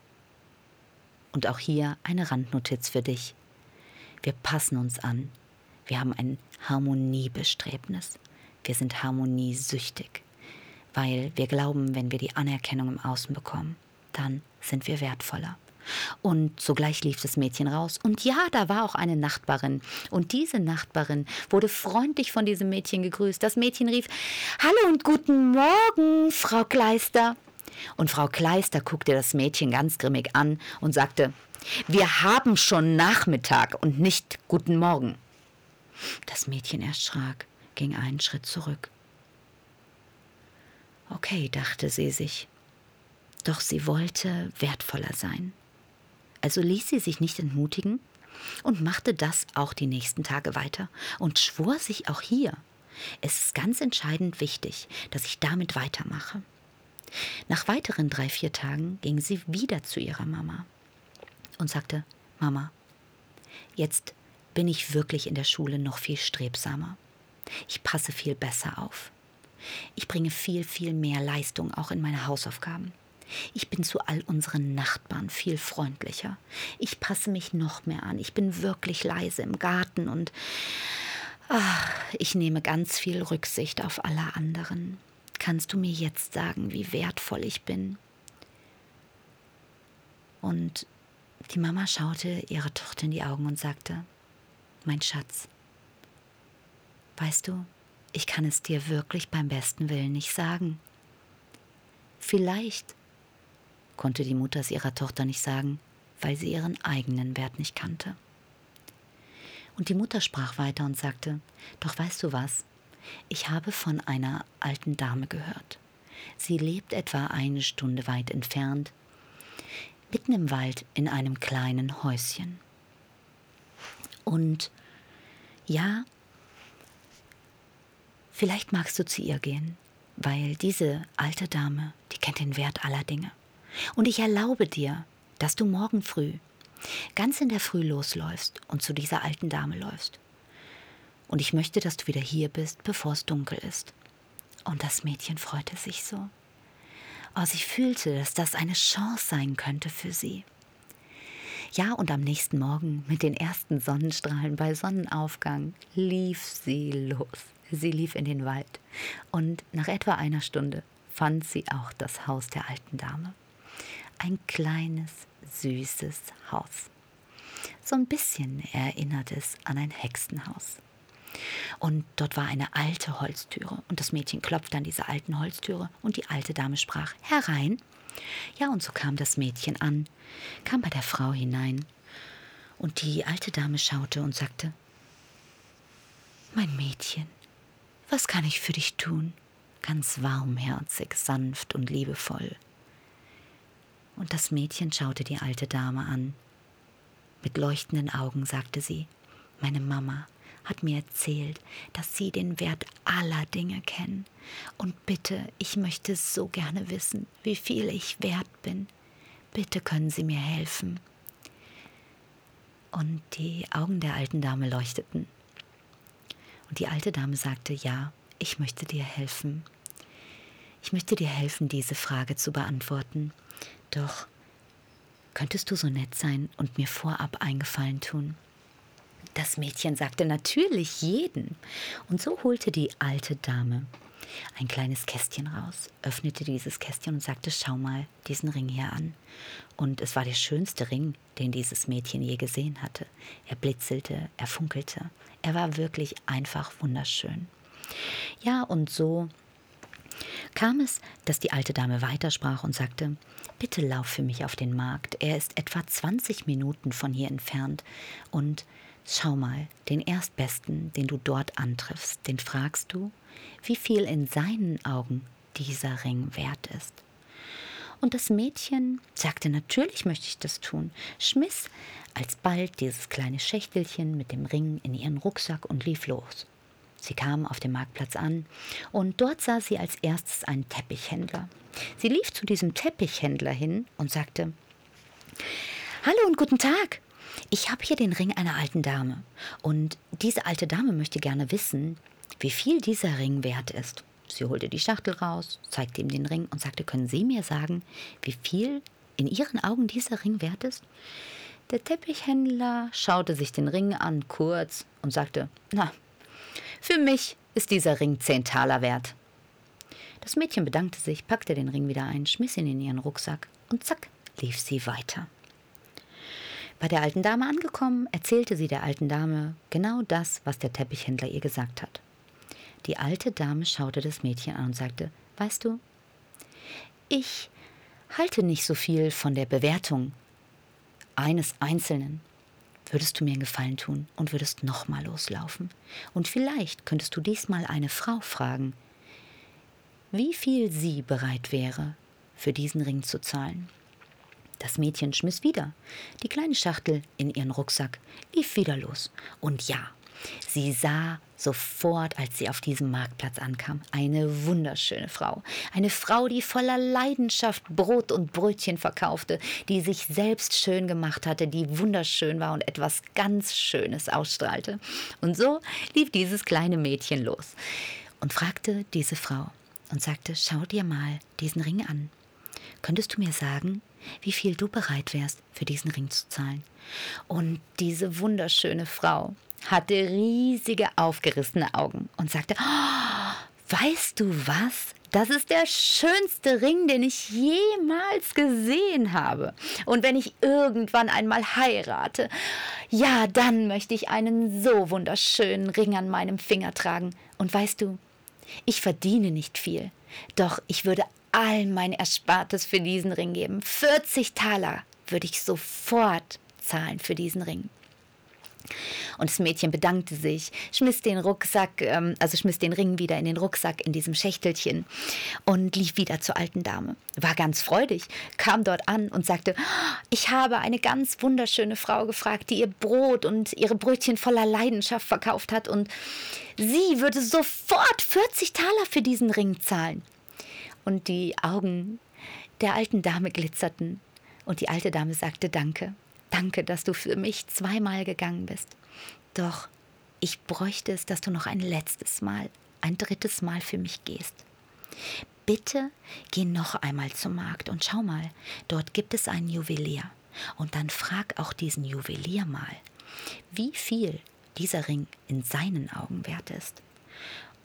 Und auch hier eine Randnotiz für dich. Wir passen uns an. Wir haben ein Harmoniebestrebnis. Wir sind harmoniesüchtig, weil wir glauben, wenn wir die Anerkennung im Außen bekommen, dann sind wir wertvoller. Und sogleich lief das Mädchen raus. Und ja, da war auch eine Nachbarin. Und diese Nachbarin wurde freundlich von diesem Mädchen gegrüßt. Das Mädchen rief, hallo und guten Morgen, Frau Kleister. Und Frau Kleister guckte das Mädchen ganz grimmig an und sagte, wir haben schon Nachmittag und nicht guten Morgen. Das Mädchen erschrak, ging einen Schritt zurück. Okay, dachte sie sich. Doch sie wollte wertvoller sein. Also ließ sie sich nicht entmutigen und machte das auch die nächsten Tage weiter und schwor sich auch hier, es ist ganz entscheidend wichtig, dass ich damit weitermache. Nach weiteren 3, 4 Tagen ging sie wieder zu ihrer Mama und sagte, Mama, jetzt bin ich wirklich in der Schule noch viel strebsamer. Ich passe viel besser auf. Ich bringe viel, viel mehr Leistung auch in meine Hausaufgaben. Ich bin zu all unseren Nachbarn viel freundlicher. Ich passe mich noch mehr an. Ich bin wirklich leise im Garten und ich nehme ganz viel Rücksicht auf alle anderen. Kannst du mir jetzt sagen, wie wertvoll ich bin? Und die Mama schaute ihrer Tochter in die Augen und sagte, mein Schatz, weißt du, ich kann es dir wirklich beim besten Willen nicht sagen. Vielleicht konnte die Mutter es ihrer Tochter nicht sagen, weil sie ihren eigenen Wert nicht kannte. Und die Mutter sprach weiter und sagte, doch weißt du was, ich habe von einer alten Dame gehört. Sie lebt etwa 1 Stunde weit entfernt, mitten im Wald in einem kleinen Häuschen. Und ja, vielleicht magst du zu ihr gehen, weil diese alte Dame, die kennt den Wert aller Dinge. Und ich erlaube dir, dass du morgen früh, ganz in der Früh losläufst und zu dieser alten Dame läufst. Und ich möchte, dass du wieder hier bist, bevor es dunkel ist. Und das Mädchen freute sich so. Oh, sie fühlte, dass das eine Chance sein könnte für sie. Ja, und am nächsten Morgen mit den ersten Sonnenstrahlen bei Sonnenaufgang lief sie los. Sie lief in den Wald und nach etwa 1 Stunde fand sie auch das Haus der alten Dame. Ein kleines, süßes Haus. So ein bisschen erinnert es an ein Hexenhaus. Und dort war eine alte Holztüre. Und das Mädchen klopfte an diese alten Holztüre und die alte Dame sprach: Herein. Ja, und so kam das Mädchen an, kam bei der Frau hinein. Und die alte Dame schaute und sagte: Mein Mädchen, was kann ich für dich tun? Ganz warmherzig, sanft und liebevoll. Und das Mädchen schaute die alte Dame an. Mit leuchtenden Augen sagte sie: Meine Mama hat mir erzählt, dass Sie den Wert aller Dinge kennen. Und bitte, ich möchte so gerne wissen, wie viel ich wert bin. Bitte können Sie mir helfen. Und die Augen der alten Dame leuchteten. Und die alte Dame sagte: Ja, ich möchte dir helfen. Ich möchte dir helfen, diese Frage zu beantworten. Doch könntest du so nett sein und mir vorab einen Gefallen tun? Das Mädchen sagte: Natürlich, jeden. Und so holte die alte Dame ein kleines Kästchen raus, öffnete dieses Kästchen und sagte: Schau mal diesen Ring hier an. Und es war der schönste Ring, den dieses Mädchen je gesehen hatte. Er blitzelte, er funkelte. Er war wirklich einfach wunderschön. Ja, und so kam es, dass die alte Dame weitersprach und sagte: Bitte lauf für mich auf den Markt. Er ist etwa 20 Minuten von hier entfernt. Und schau mal, den Erstbesten, den du dort antriffst, den fragst du, wie viel in seinen Augen dieser Ring wert ist. Und das Mädchen sagte: Natürlich möchte ich das tun, schmiss alsbald dieses kleine Schächtelchen mit dem Ring in ihren Rucksack und lief los. Sie kam auf dem Marktplatz an und dort sah sie als erstes einen Teppichhändler. Sie lief zu diesem Teppichhändler hin und sagte: Hallo und guten Tag. Ich habe hier den Ring einer alten Dame und diese alte Dame möchte gerne wissen, wie viel dieser Ring wert ist. Sie holte die Schachtel raus, zeigte ihm den Ring und sagte: Können Sie mir sagen, wie viel in Ihren Augen dieser Ring wert ist? Der Teppichhändler schaute sich den Ring an, kurz, und sagte: Na, für mich ist dieser Ring 10 Taler wert. Das Mädchen bedankte sich, packte den Ring wieder ein, schmiss ihn in ihren Rucksack und zack, lief sie weiter. Bei der alten Dame angekommen, erzählte sie der alten Dame genau das, was der Teppichhändler ihr gesagt hat. Die alte Dame schaute das Mädchen an und sagte: Weißt du, ich halte nicht so viel von der Bewertung eines Einzelnen. Würdest du mir einen Gefallen tun und würdest nochmal loslaufen? Und vielleicht könntest du diesmal eine Frau fragen, wie viel sie bereit wäre, für diesen Ring zu zahlen. Das Mädchen schmiss wieder die kleine Schachtel in ihren Rucksack, lief wieder los. Und ja, sie sah sofort, als sie auf diesem Marktplatz ankam, eine wunderschöne Frau. Eine Frau, die voller Leidenschaft Brot und Brötchen verkaufte, die sich selbst schön gemacht hatte, die wunderschön war und etwas ganz Schönes ausstrahlte. Und so lief dieses kleine Mädchen los und fragte diese Frau und sagte: Schau dir mal diesen Ring an. Könntest du mir sagen, wie viel du bereit wärst, für diesen Ring zu zahlen? Und diese wunderschöne Frau hatte riesige, aufgerissene Augen und sagte: Oh, weißt du was? Das ist der schönste Ring, den ich jemals gesehen habe. Und wenn ich irgendwann einmal heirate, ja, dann möchte ich einen so wunderschönen Ring an meinem Finger tragen. Und weißt du, ich verdiene nicht viel, doch ich würde all mein Erspartes für diesen Ring geben. 40 Taler würde ich sofort zahlen für diesen Ring. Und das Mädchen bedankte sich, schmiss den Ring wieder in den Rucksack in diesem Schächtelchen und lief wieder zur alten Dame. War ganz freudig, kam dort an und sagte: Ich habe eine ganz wunderschöne Frau gefragt, die ihr Brot und ihre Brötchen voller Leidenschaft verkauft hat und sie würde sofort 40 Taler für diesen Ring zahlen. Und die Augen der alten Dame glitzerten und die alte Dame sagte: Danke. Danke, dass du für mich 2-mal gegangen bist. Doch ich bräuchte es, dass du noch ein letztes Mal, ein 3. Mal für mich gehst. Bitte geh noch einmal zum Markt und schau mal, dort gibt es einen Juwelier. Und dann frag auch diesen Juwelier mal, wie viel dieser Ring in seinen Augen wert ist.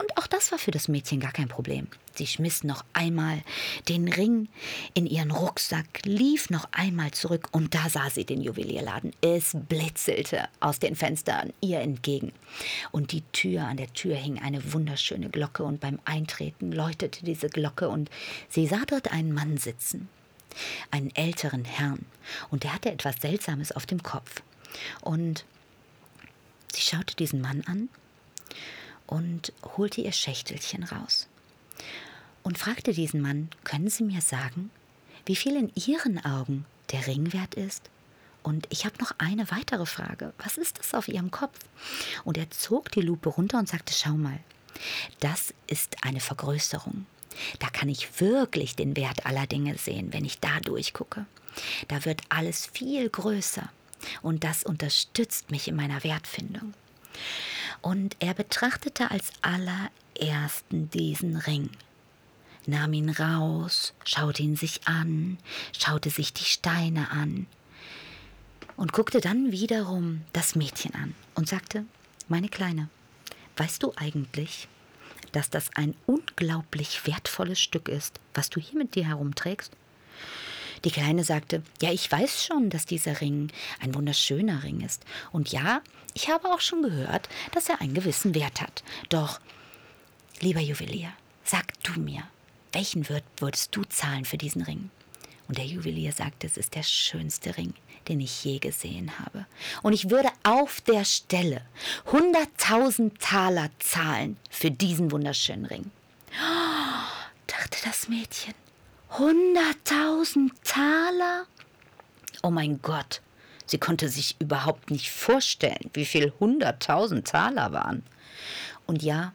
Und auch das war für das Mädchen gar kein Problem. Sie schmiss noch einmal den Ring in ihren Rucksack, lief noch einmal zurück und da sah sie den Juwelierladen. Es blitzelte aus den Fenstern ihr entgegen. Und an der Tür hing eine wunderschöne Glocke und beim Eintreten läutete diese Glocke und sie sah dort einen Mann sitzen, einen älteren Herrn. Und der hatte etwas Seltsames auf dem Kopf. Und sie schaute diesen Mann an und holte ihr Schächtelchen raus und fragte diesen Mann, können Sie mir sagen, wie viel in Ihren Augen der Ring wert ist? Und ich habe noch eine weitere Frage. Was ist das auf Ihrem Kopf? Und er zog die Lupe runter und sagte, schau mal, das ist eine Vergrößerung. Da kann ich wirklich den Wert aller Dinge sehen, wenn ich da durchgucke. Da wird alles viel größer und das unterstützt mich in meiner Wertfindung. Und er betrachtete als allerersten diesen Ring, nahm ihn raus, schaute ihn sich an, schaute sich die Steine an und guckte dann wiederum das Mädchen an und sagte, meine Kleine, weißt du eigentlich, dass das ein unglaublich wertvolles Stück ist, was du hier mit dir herumträgst? Die Kleine sagte, ja, ich weiß schon, dass dieser Ring ein wunderschöner Ring ist. Und ja, ich habe auch schon gehört, dass er einen gewissen Wert hat. Doch, lieber Juwelier, sag du mir, welchen würdest du zahlen für diesen Ring? Und der Juwelier sagte, es ist der schönste Ring, den ich je gesehen habe. Und ich würde auf der Stelle 100.000 Taler zahlen für diesen wunderschönen Ring. Oh, dachte das Mädchen. 100.000 Taler? Oh mein Gott, sie konnte sich überhaupt nicht vorstellen, wie viel 100.000 Taler waren. Und ja,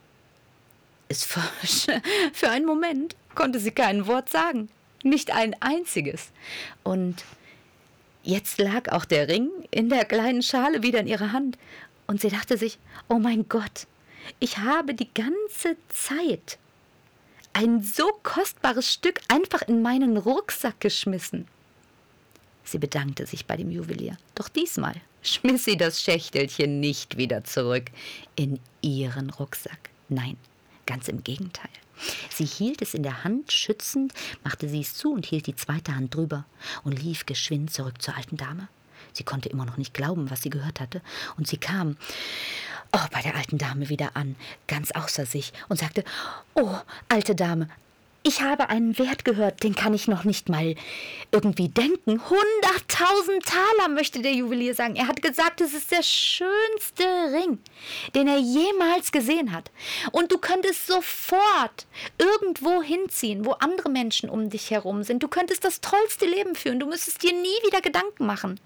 für einen Moment konnte sie kein Wort sagen, nicht ein einziges. Und jetzt lag auch der Ring in der kleinen Schale wieder in ihrer Hand. Und sie dachte sich, oh mein Gott, ich habe die ganze Zeit ein so kostbares Stück einfach in meinen Rucksack geschmissen. Sie bedankte sich bei dem Juwelier. Doch diesmal schmiss sie das Schächtelchen nicht wieder zurück in ihren Rucksack. Nein, ganz im Gegenteil. Sie hielt es in der Hand schützend, machte sie es zu und hielt die zweite Hand drüber und lief geschwind zurück zur alten Dame. Sie konnte immer noch nicht glauben, was sie gehört hatte. Und sie kam bei der alten Dame wieder an, ganz außer sich, und sagte, oh, alte Dame, ich habe einen Wert gehört, den kann ich noch nicht mal irgendwie denken. 100.000 Taler, möchte der Juwelier sagen. Er hat gesagt, es ist der schönste Ring, den er jemals gesehen hat. Und du könntest sofort irgendwo hinziehen, wo andere Menschen um dich herum sind. Du könntest das tollste Leben führen. Du müsstest dir nie wieder Gedanken machen.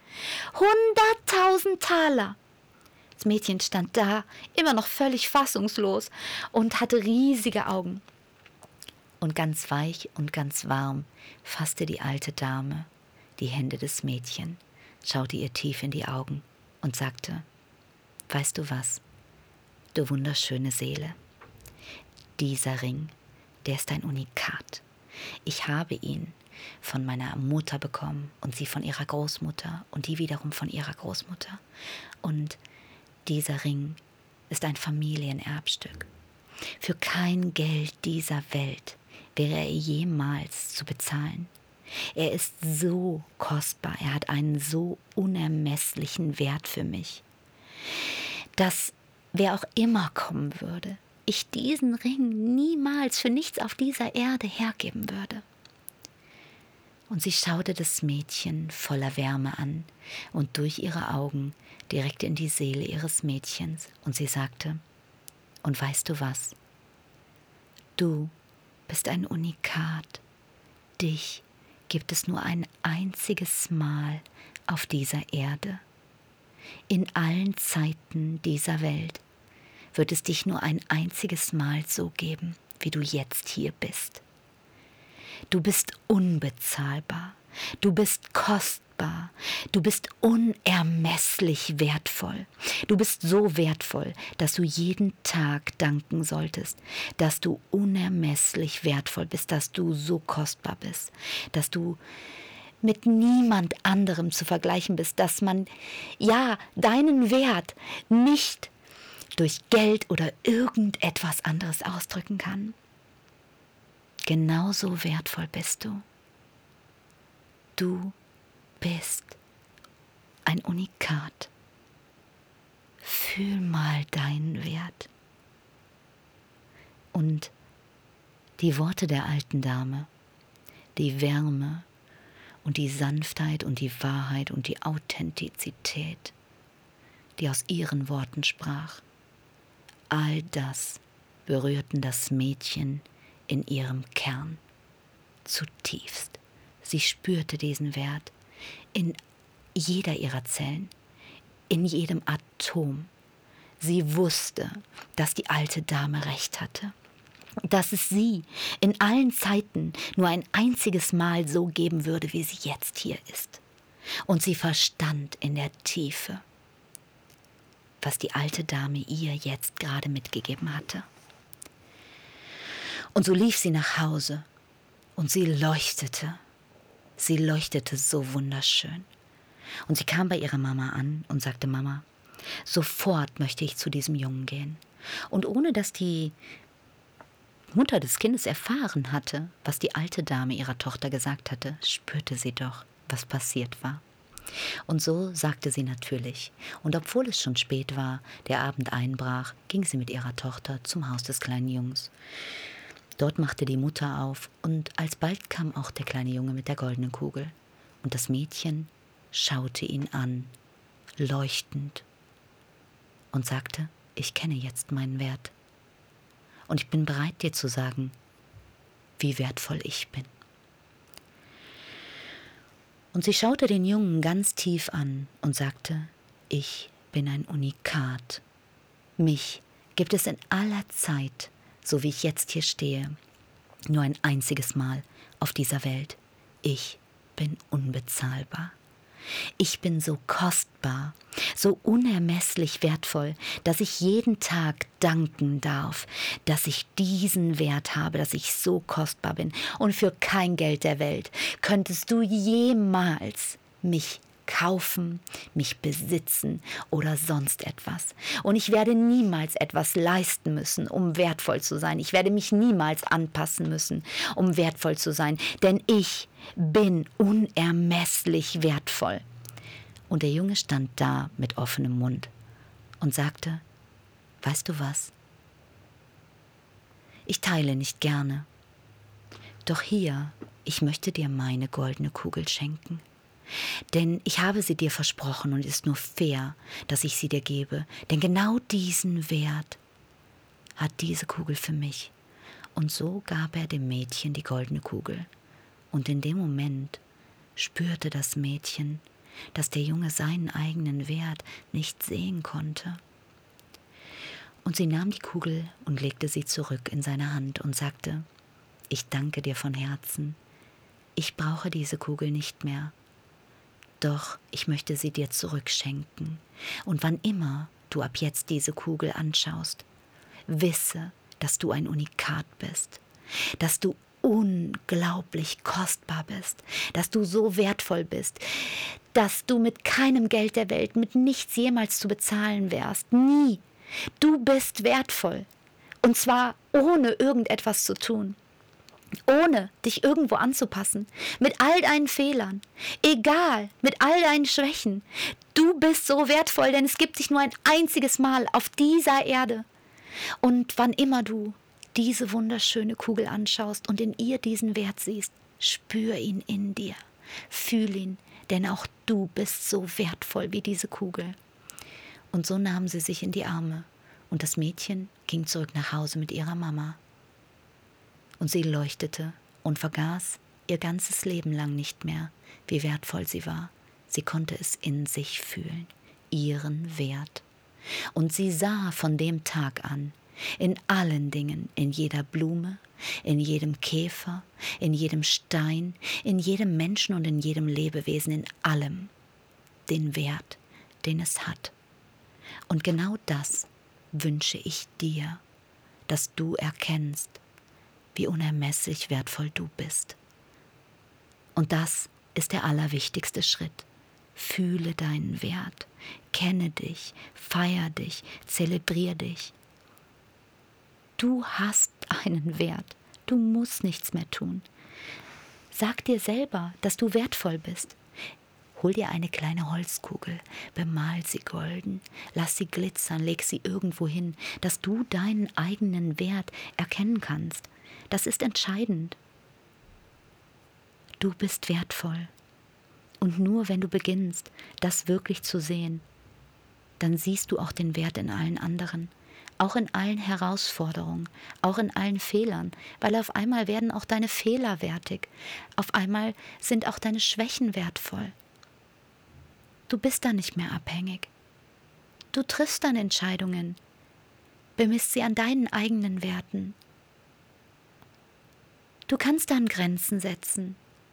100.000 Taler. Das Mädchen stand da, immer noch völlig fassungslos und hatte riesige Augen. Und ganz weich und ganz warm fasste die alte Dame die Hände des Mädchen, schaute ihr tief in die Augen und sagte, weißt du was, du wunderschöne Seele, dieser Ring, der ist ein Unikat. Ich habe ihn von meiner Mutter bekommen und sie von ihrer Großmutter und die wiederum von ihrer Großmutter. Und dieser Ring ist ein Familienerbstück. Für kein Geld dieser Welt wäre er jemals zu bezahlen. Er ist so kostbar, er hat einen so unermesslichen Wert für mich, dass wer auch immer kommen würde, ich diesen Ring niemals für nichts auf dieser Erde hergeben würde. Und sie schaute das Mädchen voller Wärme an und durch ihre Augen direkt in die Seele ihres Mädchens. Und sie sagte, und weißt du was? Du bist ein Unikat. Dich gibt es nur ein einziges Mal auf dieser Erde. In allen Zeiten dieser Welt wird es dich nur ein einziges Mal so geben, wie du jetzt hier bist. Du bist unbezahlbar, du bist kostbar, du bist unermesslich wertvoll. Du bist so wertvoll, dass du jeden Tag danken solltest, dass du unermesslich wertvoll bist, dass du so kostbar bist, dass du mit niemand anderem zu vergleichen bist, dass man, ja, deinen Wert nicht durch Geld oder irgendetwas anderes ausdrücken kann. Genauso wertvoll bist du. Du bist ein Unikat. Fühl mal deinen Wert. Und die Worte der alten Dame, die Wärme und die Sanftheit und die Wahrheit und die Authentizität, die aus ihren Worten sprach, all das berührten das Mädchen in ihrem Kern zutiefst. Sie spürte diesen Wert in jeder ihrer Zellen, in jedem Atom. Sie wusste, dass die alte Dame recht hatte, dass es sie in allen Zeiten nur ein einziges Mal so geben würde, wie sie jetzt hier ist. Und sie verstand in der Tiefe, was die alte Dame ihr jetzt gerade mitgegeben hatte. Und so lief sie nach Hause und sie leuchtete so wunderschön. Und sie kam bei ihrer Mama an und sagte: Mama, sofort möchte ich zu diesem Jungen gehen. Und ohne dass die Mutter des Kindes erfahren hatte, was die alte Dame ihrer Tochter gesagt hatte, spürte sie doch, was passiert war. Und so sagte sie natürlich. Und obwohl es schon spät war, der Abend einbrach, ging sie mit ihrer Tochter zum Haus des kleinen Jungs. Dort machte die Mutter auf und alsbald kam auch der kleine Junge mit der goldenen Kugel. Und das Mädchen schaute ihn an, leuchtend, und sagte: Ich kenne jetzt meinen Wert. Und ich bin bereit, dir zu sagen, wie wertvoll ich bin. Und sie schaute den Jungen ganz tief an und sagte: Ich bin ein Unikat. Mich gibt es in aller Zeit, so wie ich jetzt hier stehe, nur ein einziges Mal auf dieser Welt. Ich bin unbezahlbar. Ich bin so kostbar, so unermesslich wertvoll, dass ich jeden Tag danken darf, dass ich diesen Wert habe, dass ich so kostbar bin. Und für kein Geld der Welt könntest du jemals mich kaufen, mich besitzen oder sonst etwas. Und ich werde niemals etwas leisten müssen, um wertvoll zu sein. Ich werde mich niemals anpassen müssen, um wertvoll zu sein. Denn ich bin unermesslich wertvoll. Und der Junge stand da mit offenem Mund und sagte: Weißt du was? Ich teile nicht gerne. Doch hier, ich möchte dir meine goldene Kugel schenken. Denn ich habe sie dir versprochen und es ist nur fair, dass ich sie dir gebe. Denn genau diesen Wert hat diese Kugel für mich. Und so gab er dem Mädchen die goldene Kugel. Und in dem Moment spürte das Mädchen, dass der Junge seinen eigenen Wert nicht sehen konnte. Und sie nahm die Kugel und legte sie zurück in seine Hand und sagte: Ich danke dir von Herzen. Ich brauche diese Kugel nicht mehr. Doch ich möchte sie dir zurückschenken. Und wann immer du ab jetzt diese Kugel anschaust, wisse, dass du ein Unikat bist, dass du unglaublich kostbar bist, dass du so wertvoll bist, dass du mit keinem Geld der Welt, mit nichts jemals zu bezahlen wärst. Nie. Du bist wertvoll. Und zwar ohne irgendetwas zu tun. Ohne dich irgendwo anzupassen, mit all deinen Fehlern, egal, mit all deinen Schwächen. Du bist so wertvoll, denn es gibt dich nur ein einziges Mal auf dieser Erde. Und wann immer du diese wunderschöne Kugel anschaust und in ihr diesen Wert siehst, spür ihn in dir, fühl ihn, denn auch du bist so wertvoll wie diese Kugel. Und so nahmen sie sich in die Arme und das Mädchen ging zurück nach Hause mit ihrer Mama. Und sie leuchtete und vergaß ihr ganzes Leben lang nicht mehr, wie wertvoll sie war. Sie konnte es in sich fühlen, ihren Wert. Und sie sah von dem Tag an, in allen Dingen, in jeder Blume, in jedem Käfer, in jedem Stein, in jedem Menschen und in jedem Lebewesen, in allem, den Wert, den es hat. Und genau das wünsche ich dir, dass du erkennst, wie unermesslich wertvoll du bist. Und das ist der allerwichtigste Schritt Fühle deinen Wert, kenne dich, feier dich, zelebrier dich. Du hast einen Wert, du musst nichts mehr tun. Sag dir selber, dass du wertvoll bist. Hol dir eine kleine Holzkugel, bemal sie golden, lass sie glitzern, leg sie irgendwo hin, dass du deinen eigenen Wert erkennen kannst. Das ist entscheidend. Du bist wertvoll. Und nur wenn du beginnst, das wirklich zu sehen, dann siehst du auch den Wert in allen anderen. Auch in allen Herausforderungen, auch in allen Fehlern, weil auf einmal werden auch deine Fehler wertig. Auf einmal sind auch deine Schwächen wertvoll. Du bist da nicht mehr abhängig. Du triffst dann Entscheidungen, bemisst sie an deinen eigenen Werten. Du kannst dann Grenzen setzen,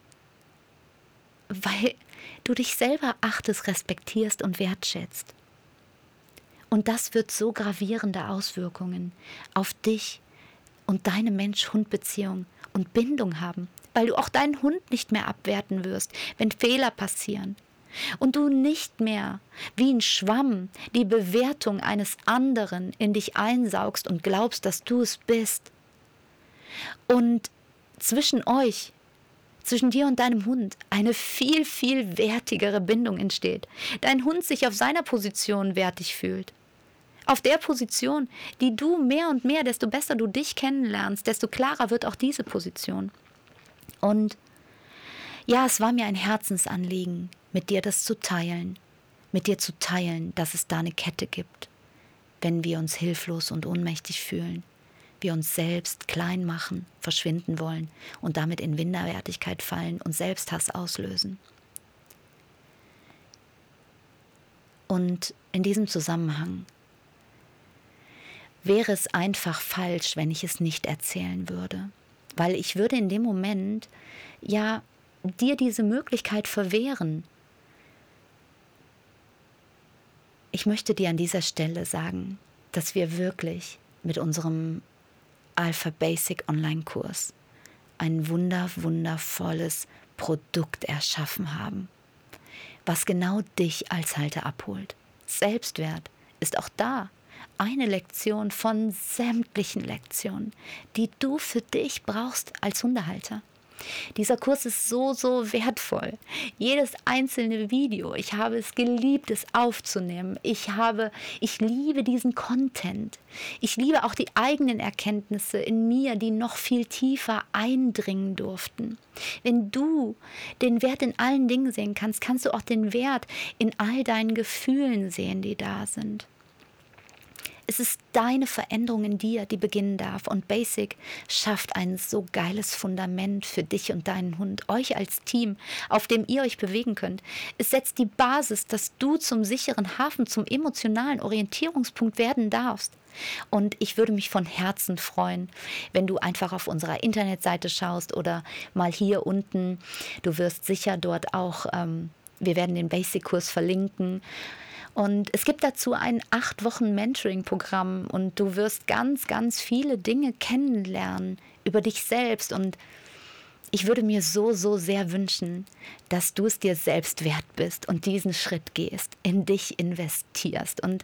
weil du dich selber achtest, respektierst und wertschätzt. Und das wird so gravierende Auswirkungen auf dich und deine Mensch-Hund-Beziehung und Bindung haben, weil du auch deinen Hund nicht mehr abwerten wirst, wenn Fehler passieren. Und du nicht mehr wie ein Schwamm die Bewertung eines anderen in dich einsaugst und glaubst, dass du es bist. Und zwischen euch, zwischen dir und deinem Hund, eine viel, viel wertigere Bindung entsteht. Dein Hund sich auf seiner Position wertig fühlt. Auf der Position, die du mehr und mehr, desto besser du dich kennenlernst, desto klarer wird auch diese Position. Und ja, es war mir ein Herzensanliegen, mit dir das zu teilen, dass es da eine Kette gibt, wenn wir uns hilflos und ohnmächtig fühlen, wir uns selbst klein machen, verschwinden wollen und damit in Minderwertigkeit fallen und Selbsthass auslösen. Und in diesem Zusammenhang wäre es einfach falsch, wenn ich es nicht erzählen würde, weil ich würde in dem Moment ja dir diese Möglichkeit verwehren. Ich möchte dir an dieser Stelle sagen, dass wir wirklich mit unserem Alpha Basic Online-Kurs ein wundervolles Produkt erschaffen haben, was genau dich als Halter abholt. Selbstwert ist auch da eine Lektion von sämtlichen Lektionen, die du für dich brauchst als Hundehalter. Dieser Kurs ist so wertvoll. Jedes einzelne Video, ich habe es geliebt, es aufzunehmen. Ich liebe diesen Content. Ich liebe auch die eigenen Erkenntnisse in mir, die noch viel tiefer eindringen durften. Wenn du den Wert in allen Dingen sehen kannst, kannst du auch den Wert in all deinen Gefühlen sehen, die da sind. Es ist deine Veränderung in dir, die beginnen darf. Und Basic schafft ein so geiles Fundament für dich und deinen Hund, euch als Team, auf dem ihr euch bewegen könnt. Es setzt die Basis, dass du zum sicheren Hafen, zum emotionalen Orientierungspunkt werden darfst. Und ich würde mich von Herzen freuen, wenn du einfach auf unserer Internetseite schaust oder mal hier unten. Du wirst sicher dort auch, wir werden den Basic-Kurs verlinken. Und es gibt dazu ein 8 Wochen Mentoring-Programm und du wirst ganz viele Dinge kennenlernen über dich selbst. Und ich würde mir so sehr wünschen, dass du es dir selbst wert bist und diesen Schritt gehst, in dich investierst. Und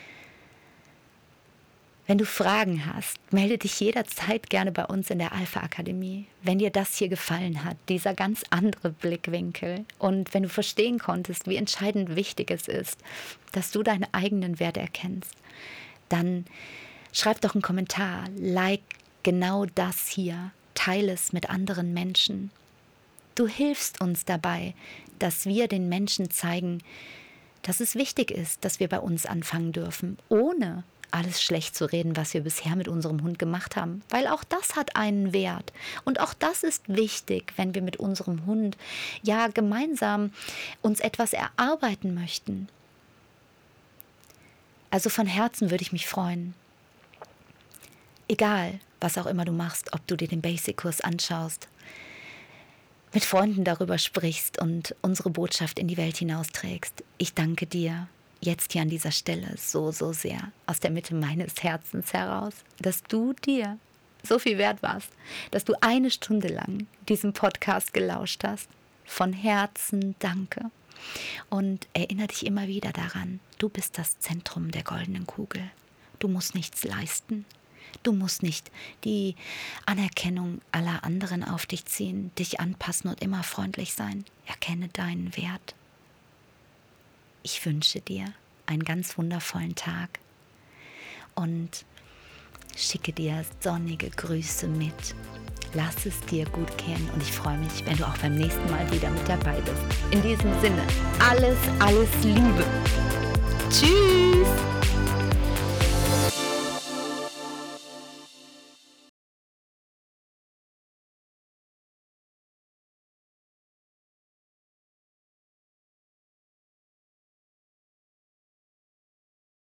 wenn du Fragen hast, melde dich jederzeit gerne bei uns in der Alpha Akademie. Wenn dir das hier gefallen hat, dieser ganz andere Blickwinkel und wenn du verstehen konntest, wie entscheidend wichtig es ist, dass du deinen eigenen Wert erkennst, dann schreib doch einen Kommentar, like genau das hier, teile es mit anderen Menschen. Du hilfst uns dabei, dass wir den Menschen zeigen, dass es wichtig ist, dass wir bei uns anfangen dürfen, ohne alles schlecht zu reden, was wir bisher mit unserem Hund gemacht haben. Weil auch das hat einen Wert. Und auch das ist wichtig, wenn wir mit unserem Hund ja gemeinsam uns etwas erarbeiten möchten. Also von Herzen würde ich mich freuen. Egal, was auch immer du machst, ob du dir den Basic-Kurs anschaust, mit Freunden darüber sprichst und unsere Botschaft in die Welt hinausträgst. Ich danke dir jetzt hier an dieser Stelle so sehr aus der Mitte meines Herzens heraus, dass du dir so viel wert warst, dass du 1 Stunde lang diesem Podcast gelauscht hast. Von Herzen danke. Und erinnere dich immer wieder daran, du bist das Zentrum der goldenen Kugel. Du musst nichts leisten. Du musst nicht die Anerkennung aller anderen auf dich ziehen, dich anpassen und immer freundlich sein. Erkenne deinen Wert. Ich wünsche dir einen ganz wundervollen Tag und schicke dir sonnige Grüße mit. Lass es dir gut gehen und ich freue mich, wenn du auch beim nächsten Mal wieder mit dabei bist. In diesem Sinne, alles Liebe. Tschüss!